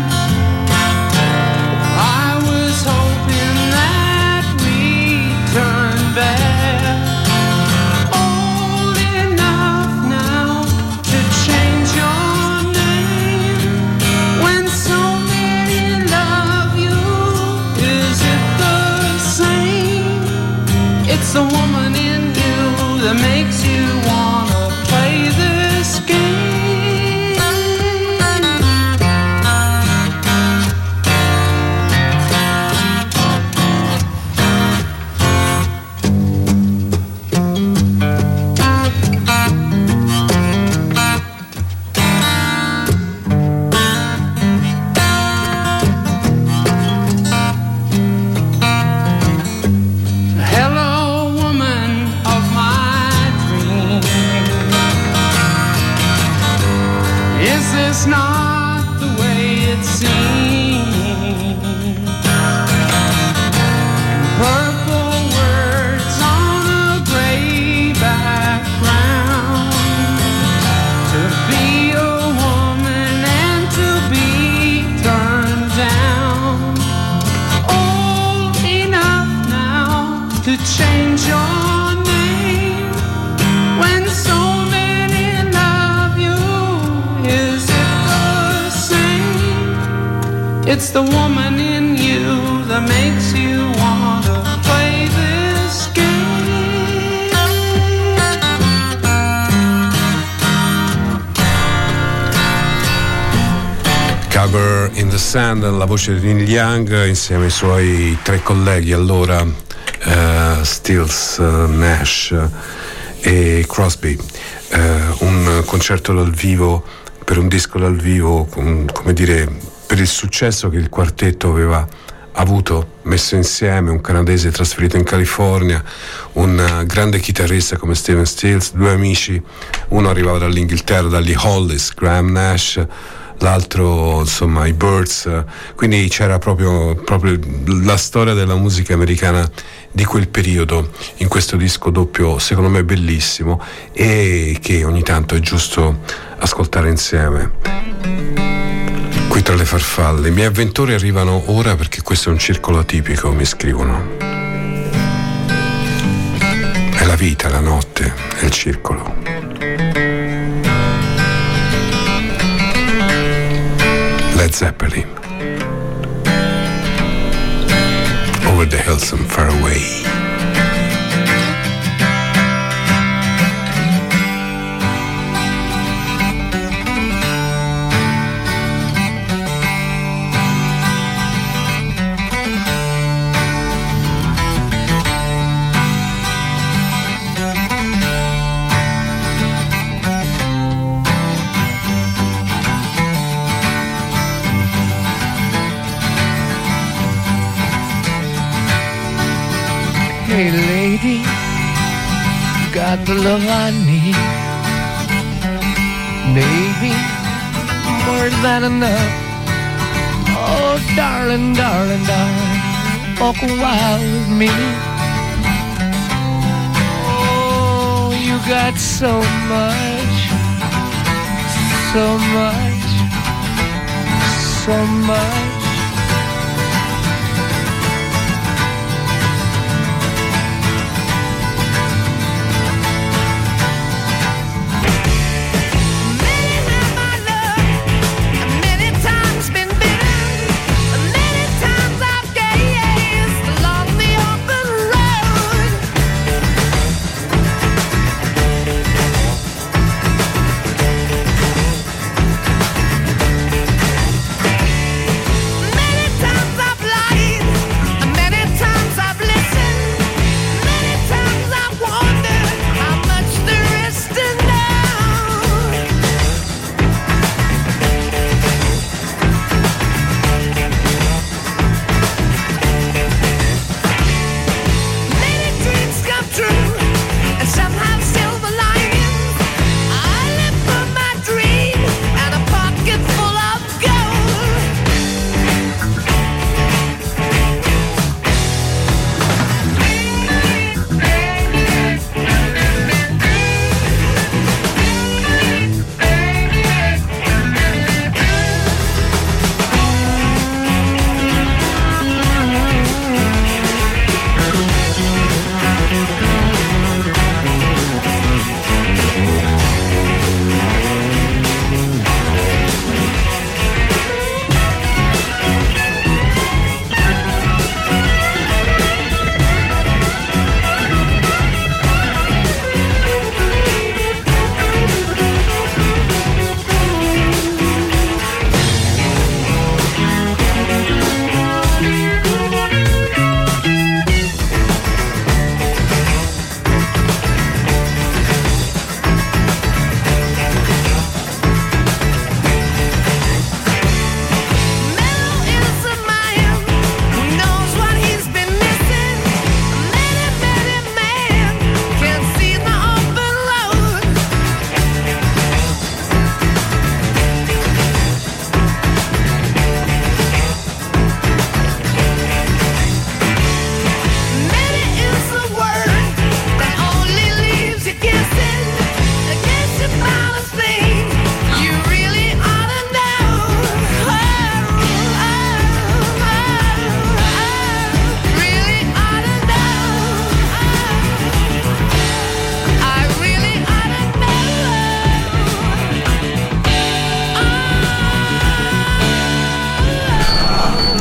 I was hoping that we'd turn back. Old enough now to change your name when so many love you. Is it the same? It's the woman in you that makes you wanna play this game. Hello, woman of my dreams. change your name when so many love you? Is it the same? It's the woman in you that makes you want to play this game. Cover in the Sand, la voce di Neil Young insieme ai suoi tre colleghi allora, Stills, Nash e Crosby. Un concerto dal vivo, per un disco dal vivo, come dire, per il successo che il quartetto aveva avuto, messo insieme, un canadese trasferito in California, un grande chitarrista come Stephen Stills, due amici, uno arrivava dall'Inghilterra, dagli Hollies, Graham Nash, l'altro insomma i Byrds, quindi c'era proprio la storia della musica americana di quel periodo in questo disco doppio, secondo me bellissimo, e che ogni tanto è giusto ascoltare insieme. Qui tra le farfalle, i miei avventori arrivano ora perché questo è un circolo atipico, mi scrivono. È la vita, la notte, è il circolo. Led Zeppelin, Over the Hills and Far Away. Hey lady, you got the love I need. Maybe more than enough. Oh darling, darling, darling, walk a while with me. Oh, you got so much, so much, so much.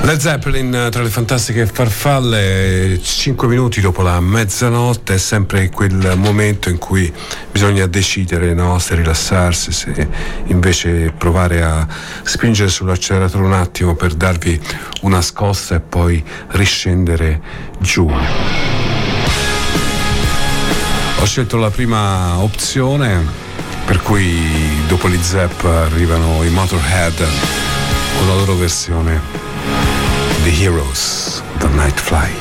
Led Zeppelin tra le fantastiche farfalle, 5 minuti dopo la mezzanotte, è sempre quel momento in cui bisogna decidere, no? Se rilassarsi, se invece provare a spingere sull'acceleratore un attimo per darvi una scossa e poi riscendere giù. Ho scelto la prima opzione, per cui dopo gli Zepp arrivano i Motorhead con la loro versione The Heroes, The Night Fly.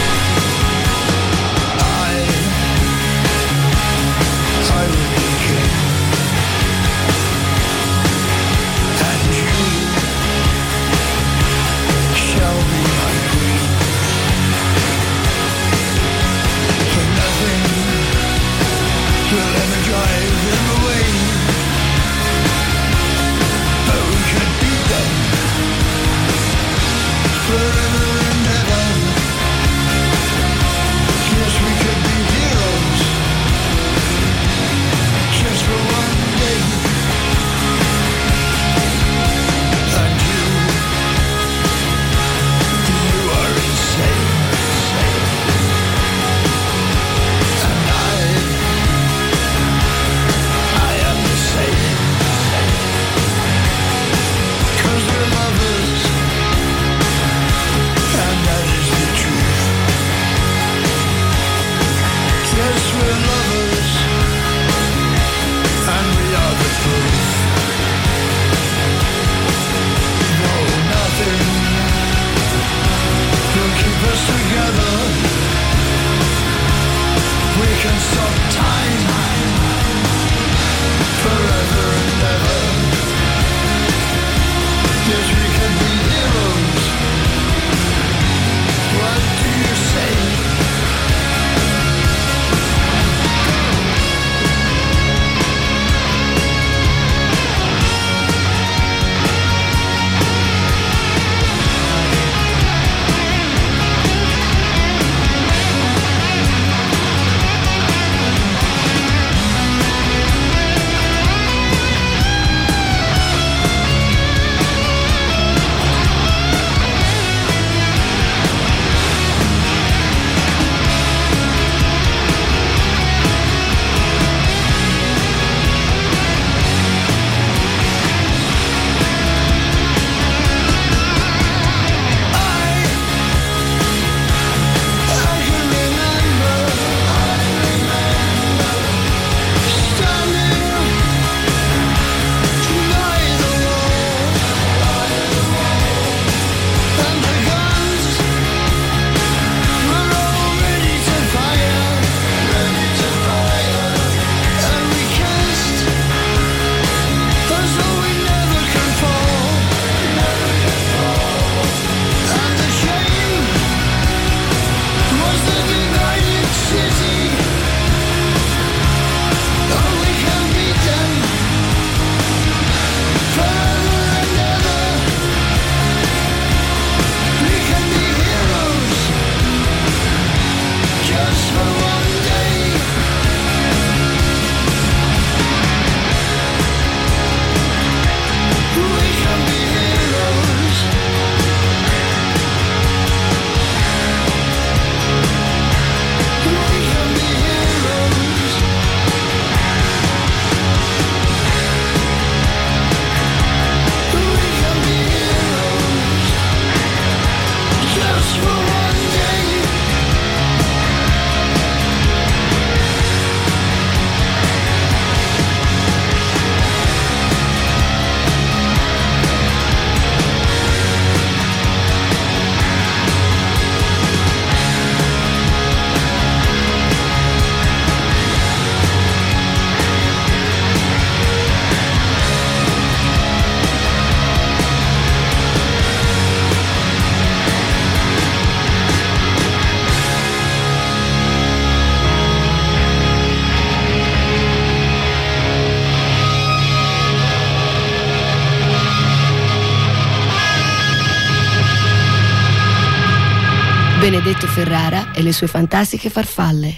Benedetto Ferrara e le sue fantastiche farfalle.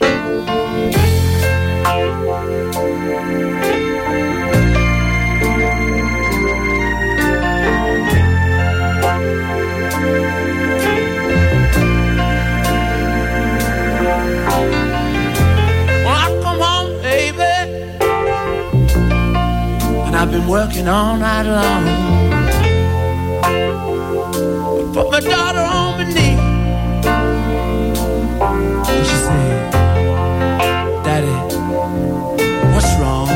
I've been working all night long. Put my daughter on my knee, and she said, Daddy, what's wrong?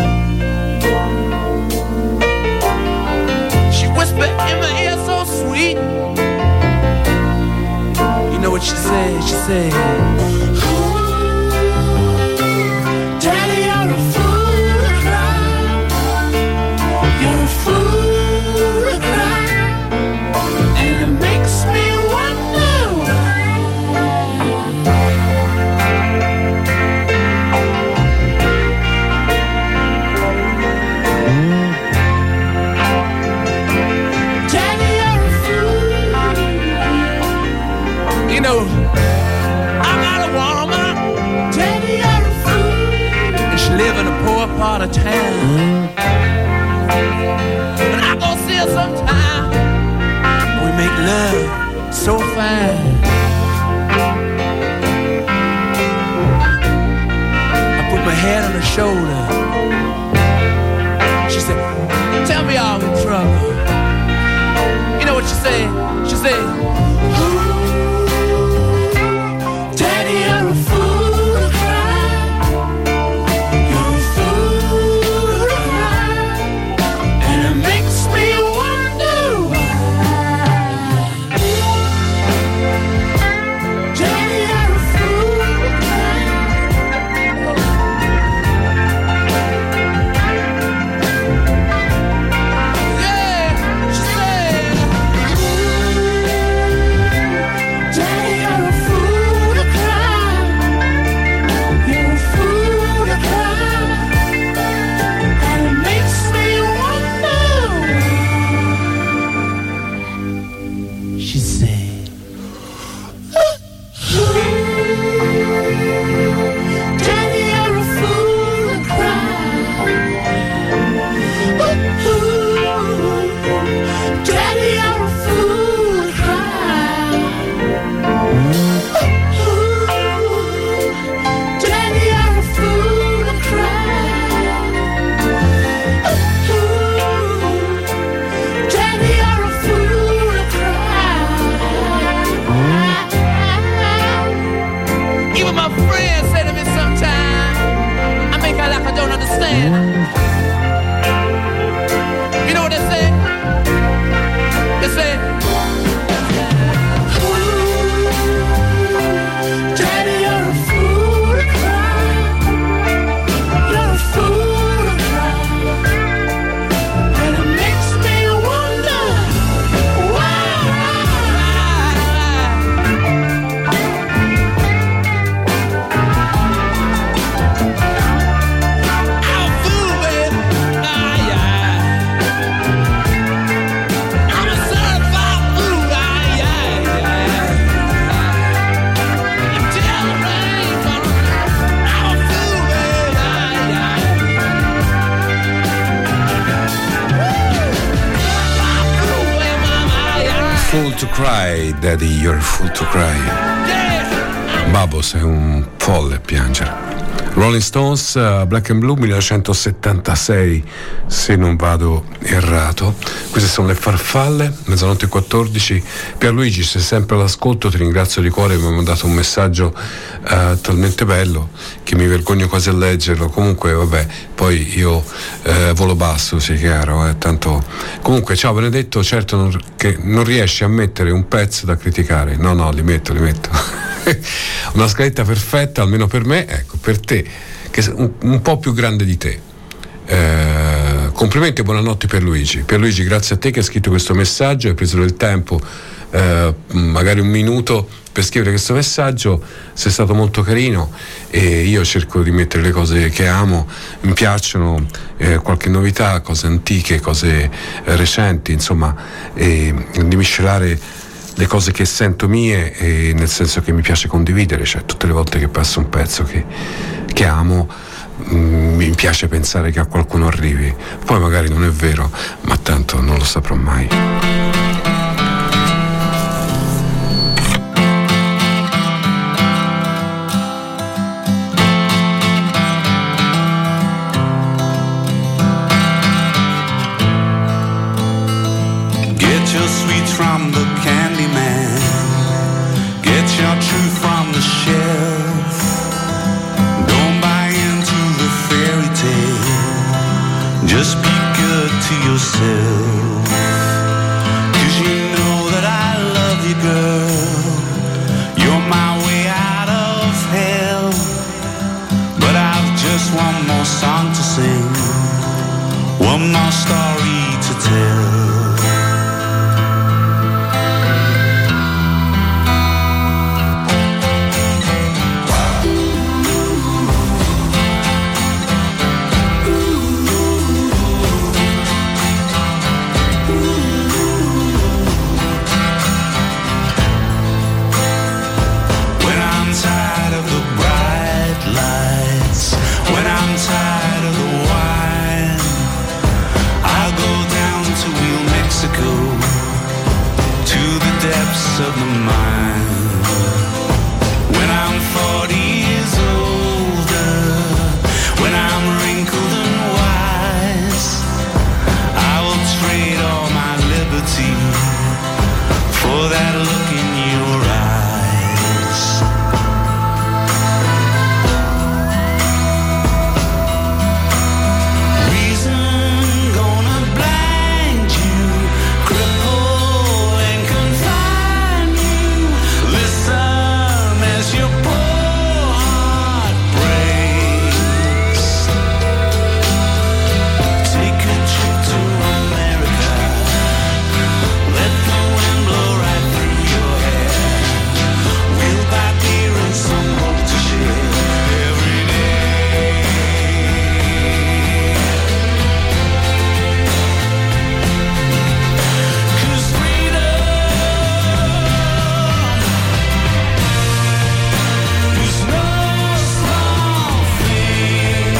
She whispered in my ear so sweet. You know what she said? She said, Daddy, you're a fool to cry. You're a fool to cry. And it makes me wonder why. Daddy, you're a fool. You know, I got a woman. Daddy, you're a fool. And she live in a poor part of town. But I go see her sometime. We make love so fine. I put my head on her shoulder. She said, tell me all in trouble. You know what she said? She said, Daddy, you're a fool to cry. You're a fool to cry. And it makes me wonder why. Daddy, you're a fool to cry. Yeah, she said, Daddy, you're a fool to cry. You're a fool to cry. And it makes me wonder why. She said, Daddy, you're a fool to cry. Daddy, you're a fool to cry. Daddy, you're a fool to cry. Daddy, you're a fool to cry. Even my friends say to me sometimes, I make out like I don't understand. You know what they say? They say, Daddy, you're a fool to cry. You're a fool to cry. And it makes me wonder why. I'm a fool, baby. I'm a certified fool. You tell the rain, I'm a fool, baby. Fool to Cry, Daddy, you're a fool to cry. Babbo, sei un folle a piangere. Rolling Stones, Black and Blue, 1976, se non vado errato. Queste sono le farfalle, mezzanotte 14. Pierluigi, sei sempre all'ascolto, ti ringrazio di cuore, mi hai mandato un messaggio talmente bello che mi vergogno quasi a leggerlo. Comunque vabbè, poi io volo basso, sì, chiaro, tanto. Comunque ciao Benedetto, certo che non riesci a mettere un pezzo da criticare. No, li metto. Una scaletta perfetta, almeno per me, ecco, per te, che un po' più grande di te. Complimenti e buonanotte Pierluigi. Pierluigi, grazie a te che hai scritto questo messaggio, hai preso del tempo, magari un minuto per scrivere questo messaggio, sei stato molto carino e io cerco di mettere le cose che amo, mi piacciono, qualche novità, cose antiche, cose recenti, insomma, e di miscelare le cose che sento mie, e nel senso che mi piace condividere, cioè tutte le volte che passo un pezzo che amo, mi piace pensare che a qualcuno arrivi, poi magari non è vero, ma tanto non lo saprò mai. yourself, 'cause you know that I love you, girl. You're my way out of hell. But I've just one more song to sing, one more story to tell. Of the mind. When I'm 40 years older, when I'm wrinkled and wise, I will trade all my liberty for that look in your eyes. Reason gonna blind you, cripple and confine. Listen as your poor heart breaks. Take a trip to America. Let the wind blow right through your hair. We'll buy beer and some hope to share every day. 'Cause freedom is no small thing.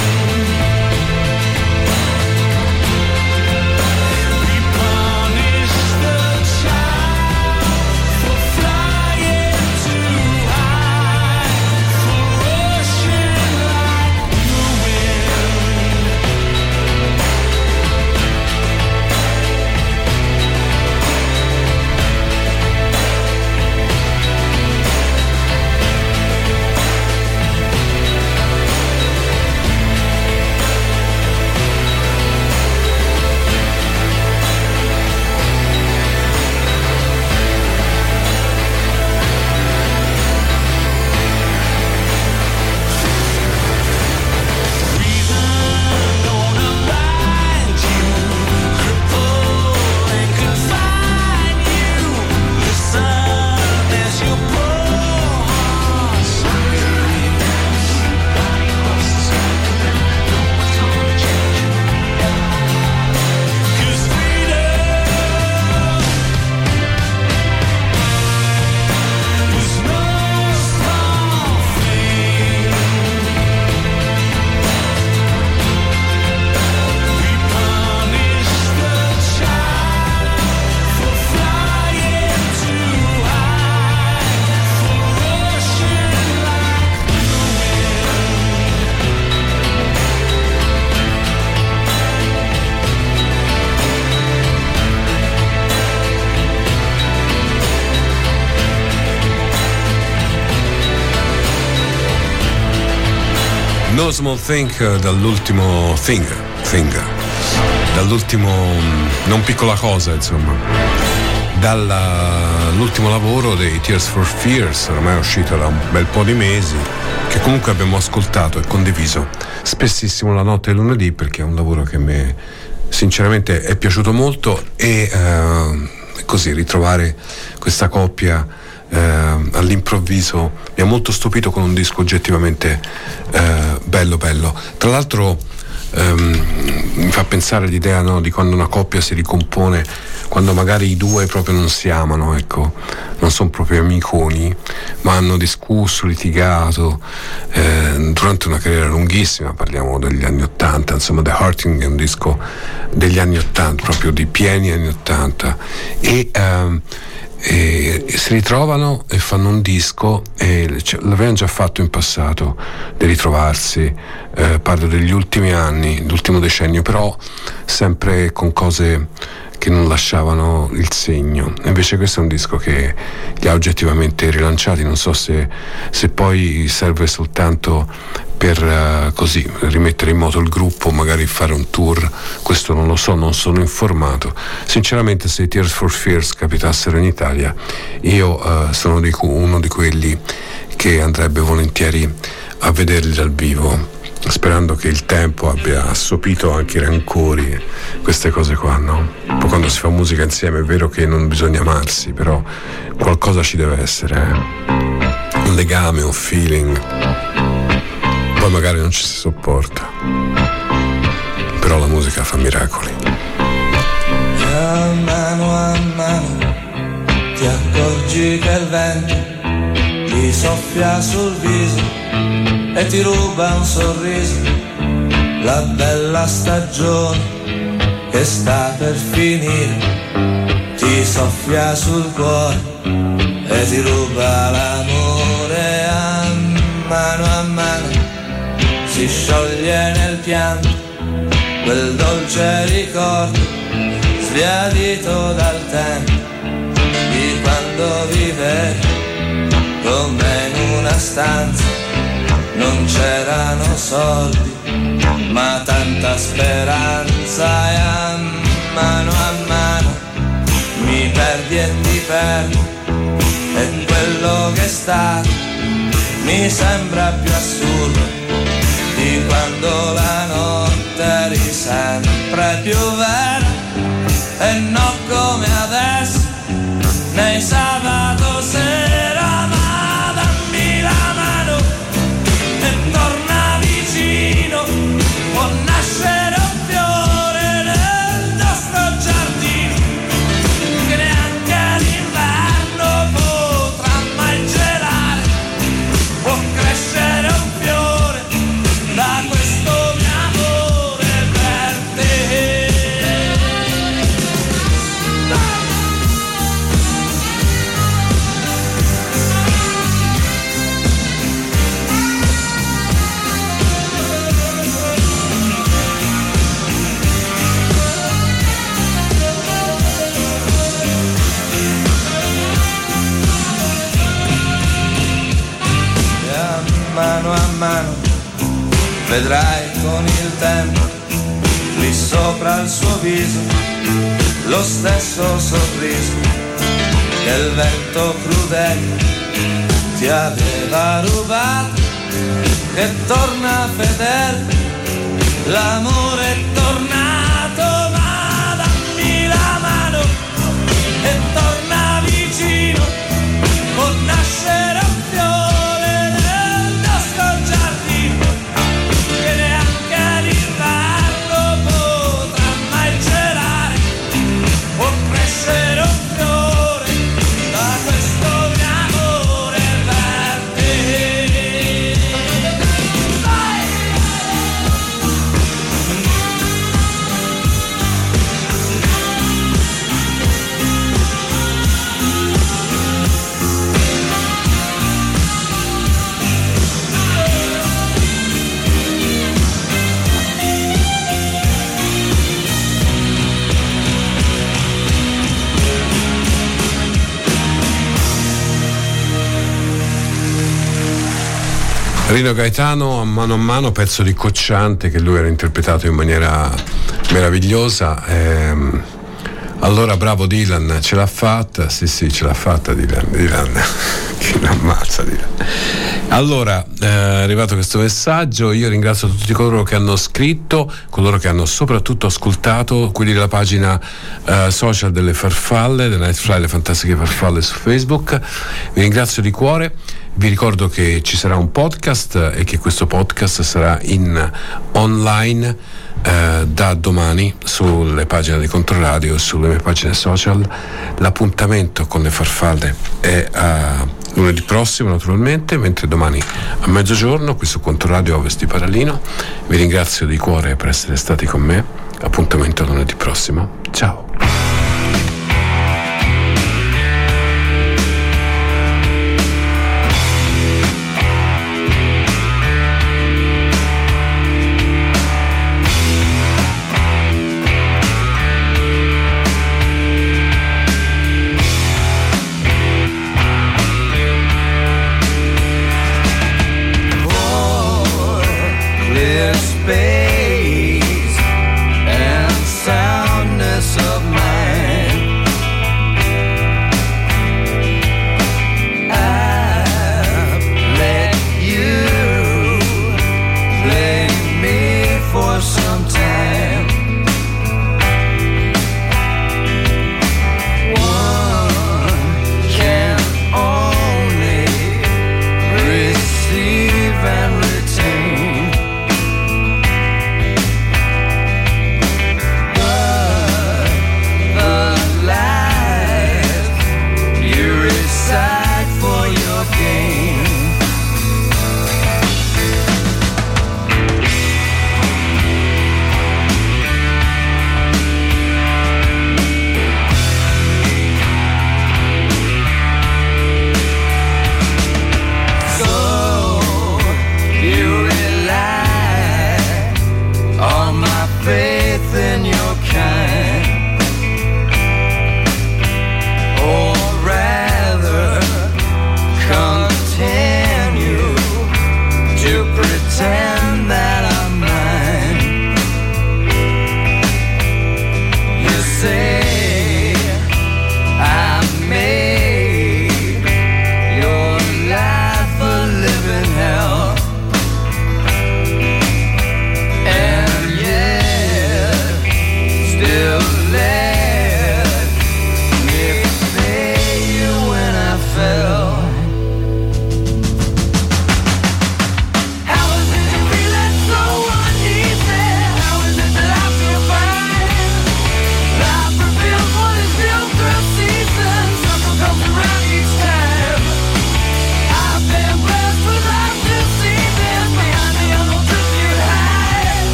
We punish the child for flying too high, for rushing like the wind. No Small Thing dall'ultimo dall'ultimo non piccola cosa, insomma, dall'ultimo lavoro dei Tears for Fears, ormai è uscito da un bel po' di mesi, che comunque abbiamo ascoltato e condiviso spessissimo la notte e lunedì, perché è un lavoro che mi sinceramente è piaciuto molto, e così ritrovare questa coppia all'improvviso mi ha molto stupito, con un disco oggettivamente bello. Tra l'altro mi fa pensare l'idea, no, di quando una coppia si ricompone, quando magari i due proprio non si amano, ecco, non sono proprio amiconi, ma hanno discusso, litigato durante una carriera lunghissima. Parliamo degli anni '80, insomma. The Hurting è un disco degli anni '80, proprio di pieni anni '80, e si ritrovano e fanno un disco, e l'avevano già fatto in passato, di ritrovarsi, parlo degli ultimi anni, l'ultimo decennio, però sempre con cose che non lasciavano il segno. Invece questo è un disco che li ha oggettivamente rilanciati. Non so se poi serve soltanto per così rimettere in moto il gruppo, magari fare un tour. Questo non lo so, non sono informato. Sinceramente, se i Tears for Fears capitassero in Italia, io sono uno di quelli che andrebbe volentieri a vederli dal vivo, sperando che il tempo abbia assopito anche i rancori, queste cose qua, no? Poi quando si fa musica insieme è vero che non bisogna amarsi, però qualcosa ci deve essere, un legame, un feeling. Poi magari non ci si sopporta, però la musica fa miracoli. E a mano ti accorgi che il vento ti soffia sul viso e ti ruba un sorriso, la bella stagione che sta per finire, ti soffia sul cuore e ti ruba l'amore. A mano si scioglie nel pianto quel dolce ricordo sbiadito dal tempo di quando vivevi con me in una stanza. Non c'erano soldi, ma tanta speranza, e a mano mi perdi e ti perdo, e quello che è stato mi sembra più assurdo di quando la notte eri sempre più vera, e non come adesso nei sabato sera. Ma dammi la mano e torna vicino, può nascere un fiore nel nostro giardino, che neanche l'inverno potrà mai gelare, può crescere un fiore da questo mio amore per te. A mano vedrai con il tempo lì sopra il suo viso lo stesso sorriso che il vento crudele ti aveva rubato, che torna fedele, l'amore è tornato. Ma dammi la mano e torna vicino, può nascere un fiore nel nostro giardino, che neanche l'inverno potrà mai gelare, può crescere un fiore da questo mio amore per te. Vai! Rino Gaetano, a mano, pezzo di Cocciante che lui era interpretato in maniera meravigliosa. Allora bravo Dylan, ce l'ha fatta, sì ce l'ha fatta Dylan che l'ammazza Dylan. Allora, è arrivato questo messaggio, io ringrazio tutti coloro che hanno scritto, coloro che hanno soprattutto ascoltato, quelli della pagina social delle farfalle, delle Nightfly, le fantastiche farfalle su Facebook. Vi ringrazio di cuore. Vi ricordo che ci sarà un podcast e che questo podcast sarà in online da domani sulle pagine di Controradio e sulle mie pagine social. L'appuntamento con le farfalle è lunedì prossimo naturalmente, mentre domani a mezzogiorno qui su Controradio Ovest di Paralino. Vi ringrazio di cuore per essere stati con me. Appuntamento lunedì prossimo. Ciao.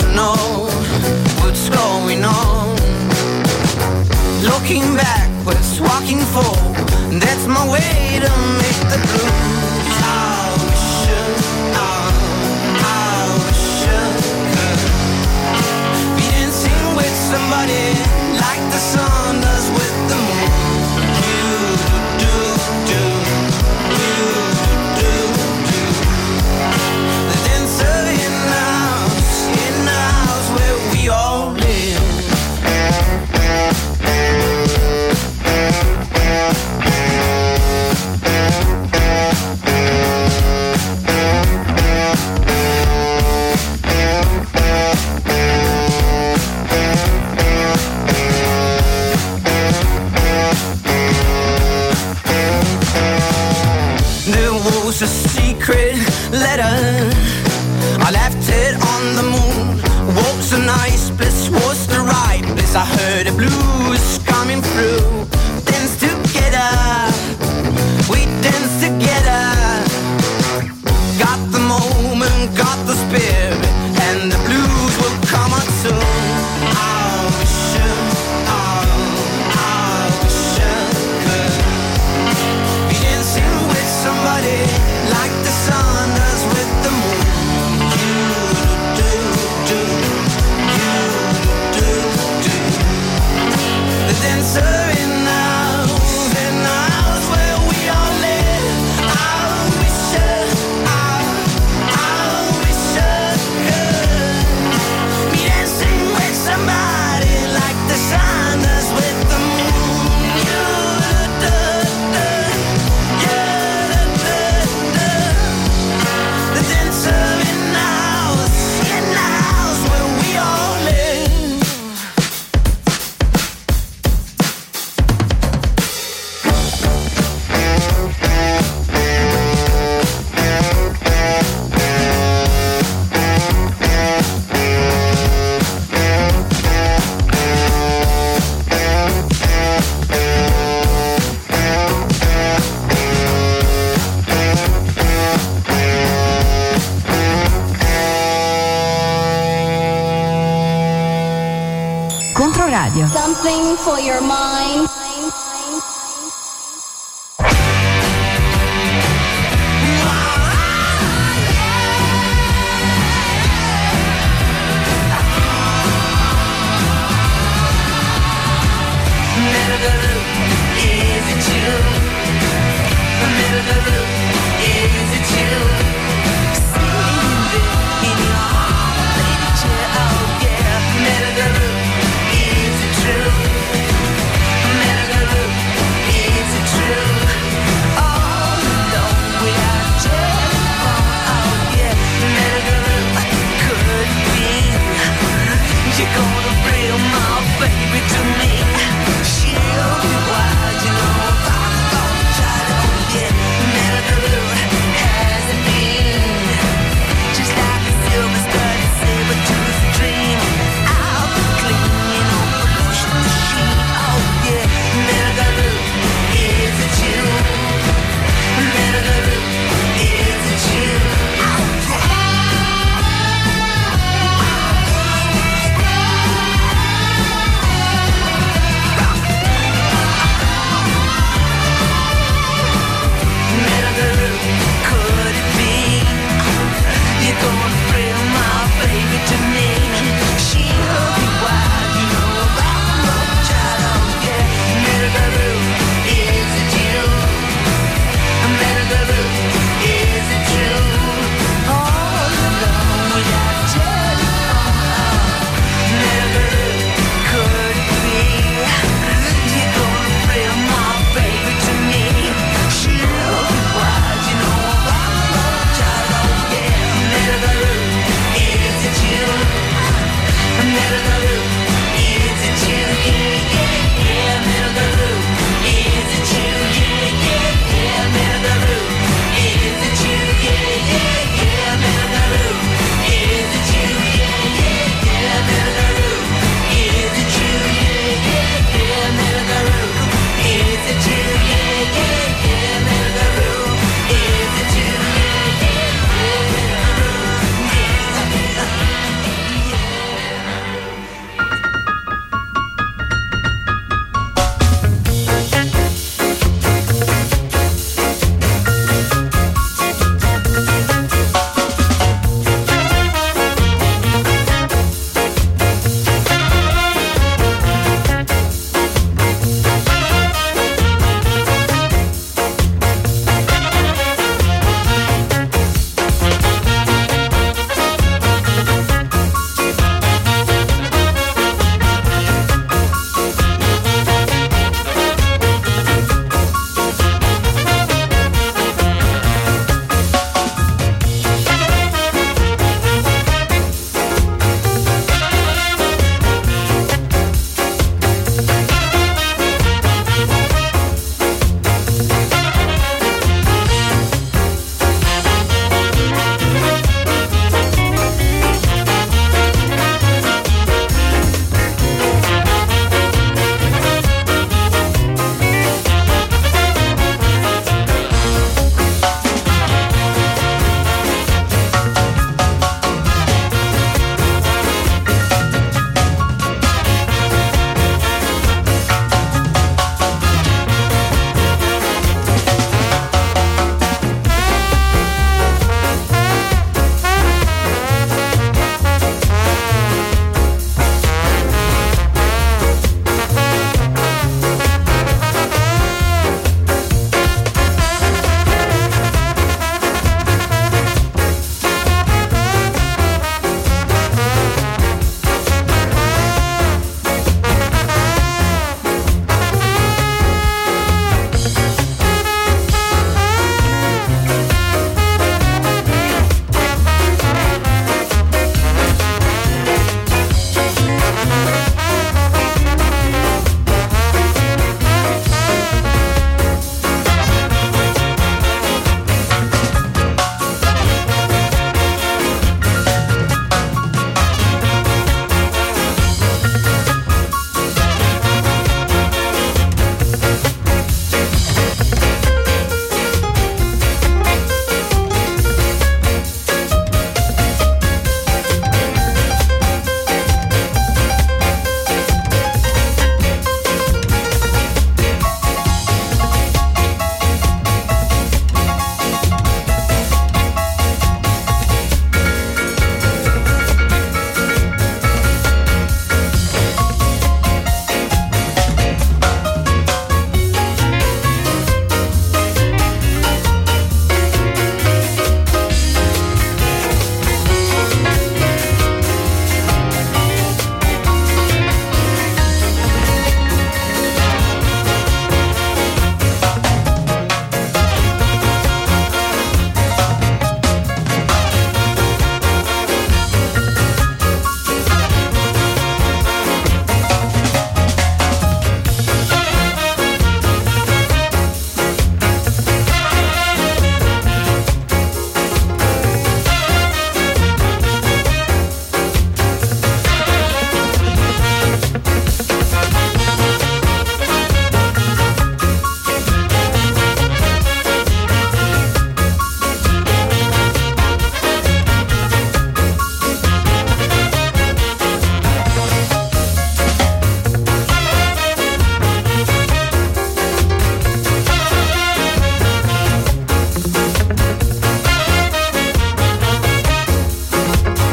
to know what's going on. Looking backwards, walking forward, that's my way to make the blues. I wish I could be dancing with somebody like the sun does with the moon. You do. The dancer in the house where we all live. A secret letter, I left it on the moon. Was a nice bliss, was the right bliss. I heard the blues coming through. Dance together, we dance together. Got the moment, got the spirit, and the blues will come on soon. I wish I could be dancing with somebody like the sun does with the moon. The dancer in the house where we all live. I wish I could be dancing with somebody like the sun does with the moon. Radio. Something for your mind. Is it you?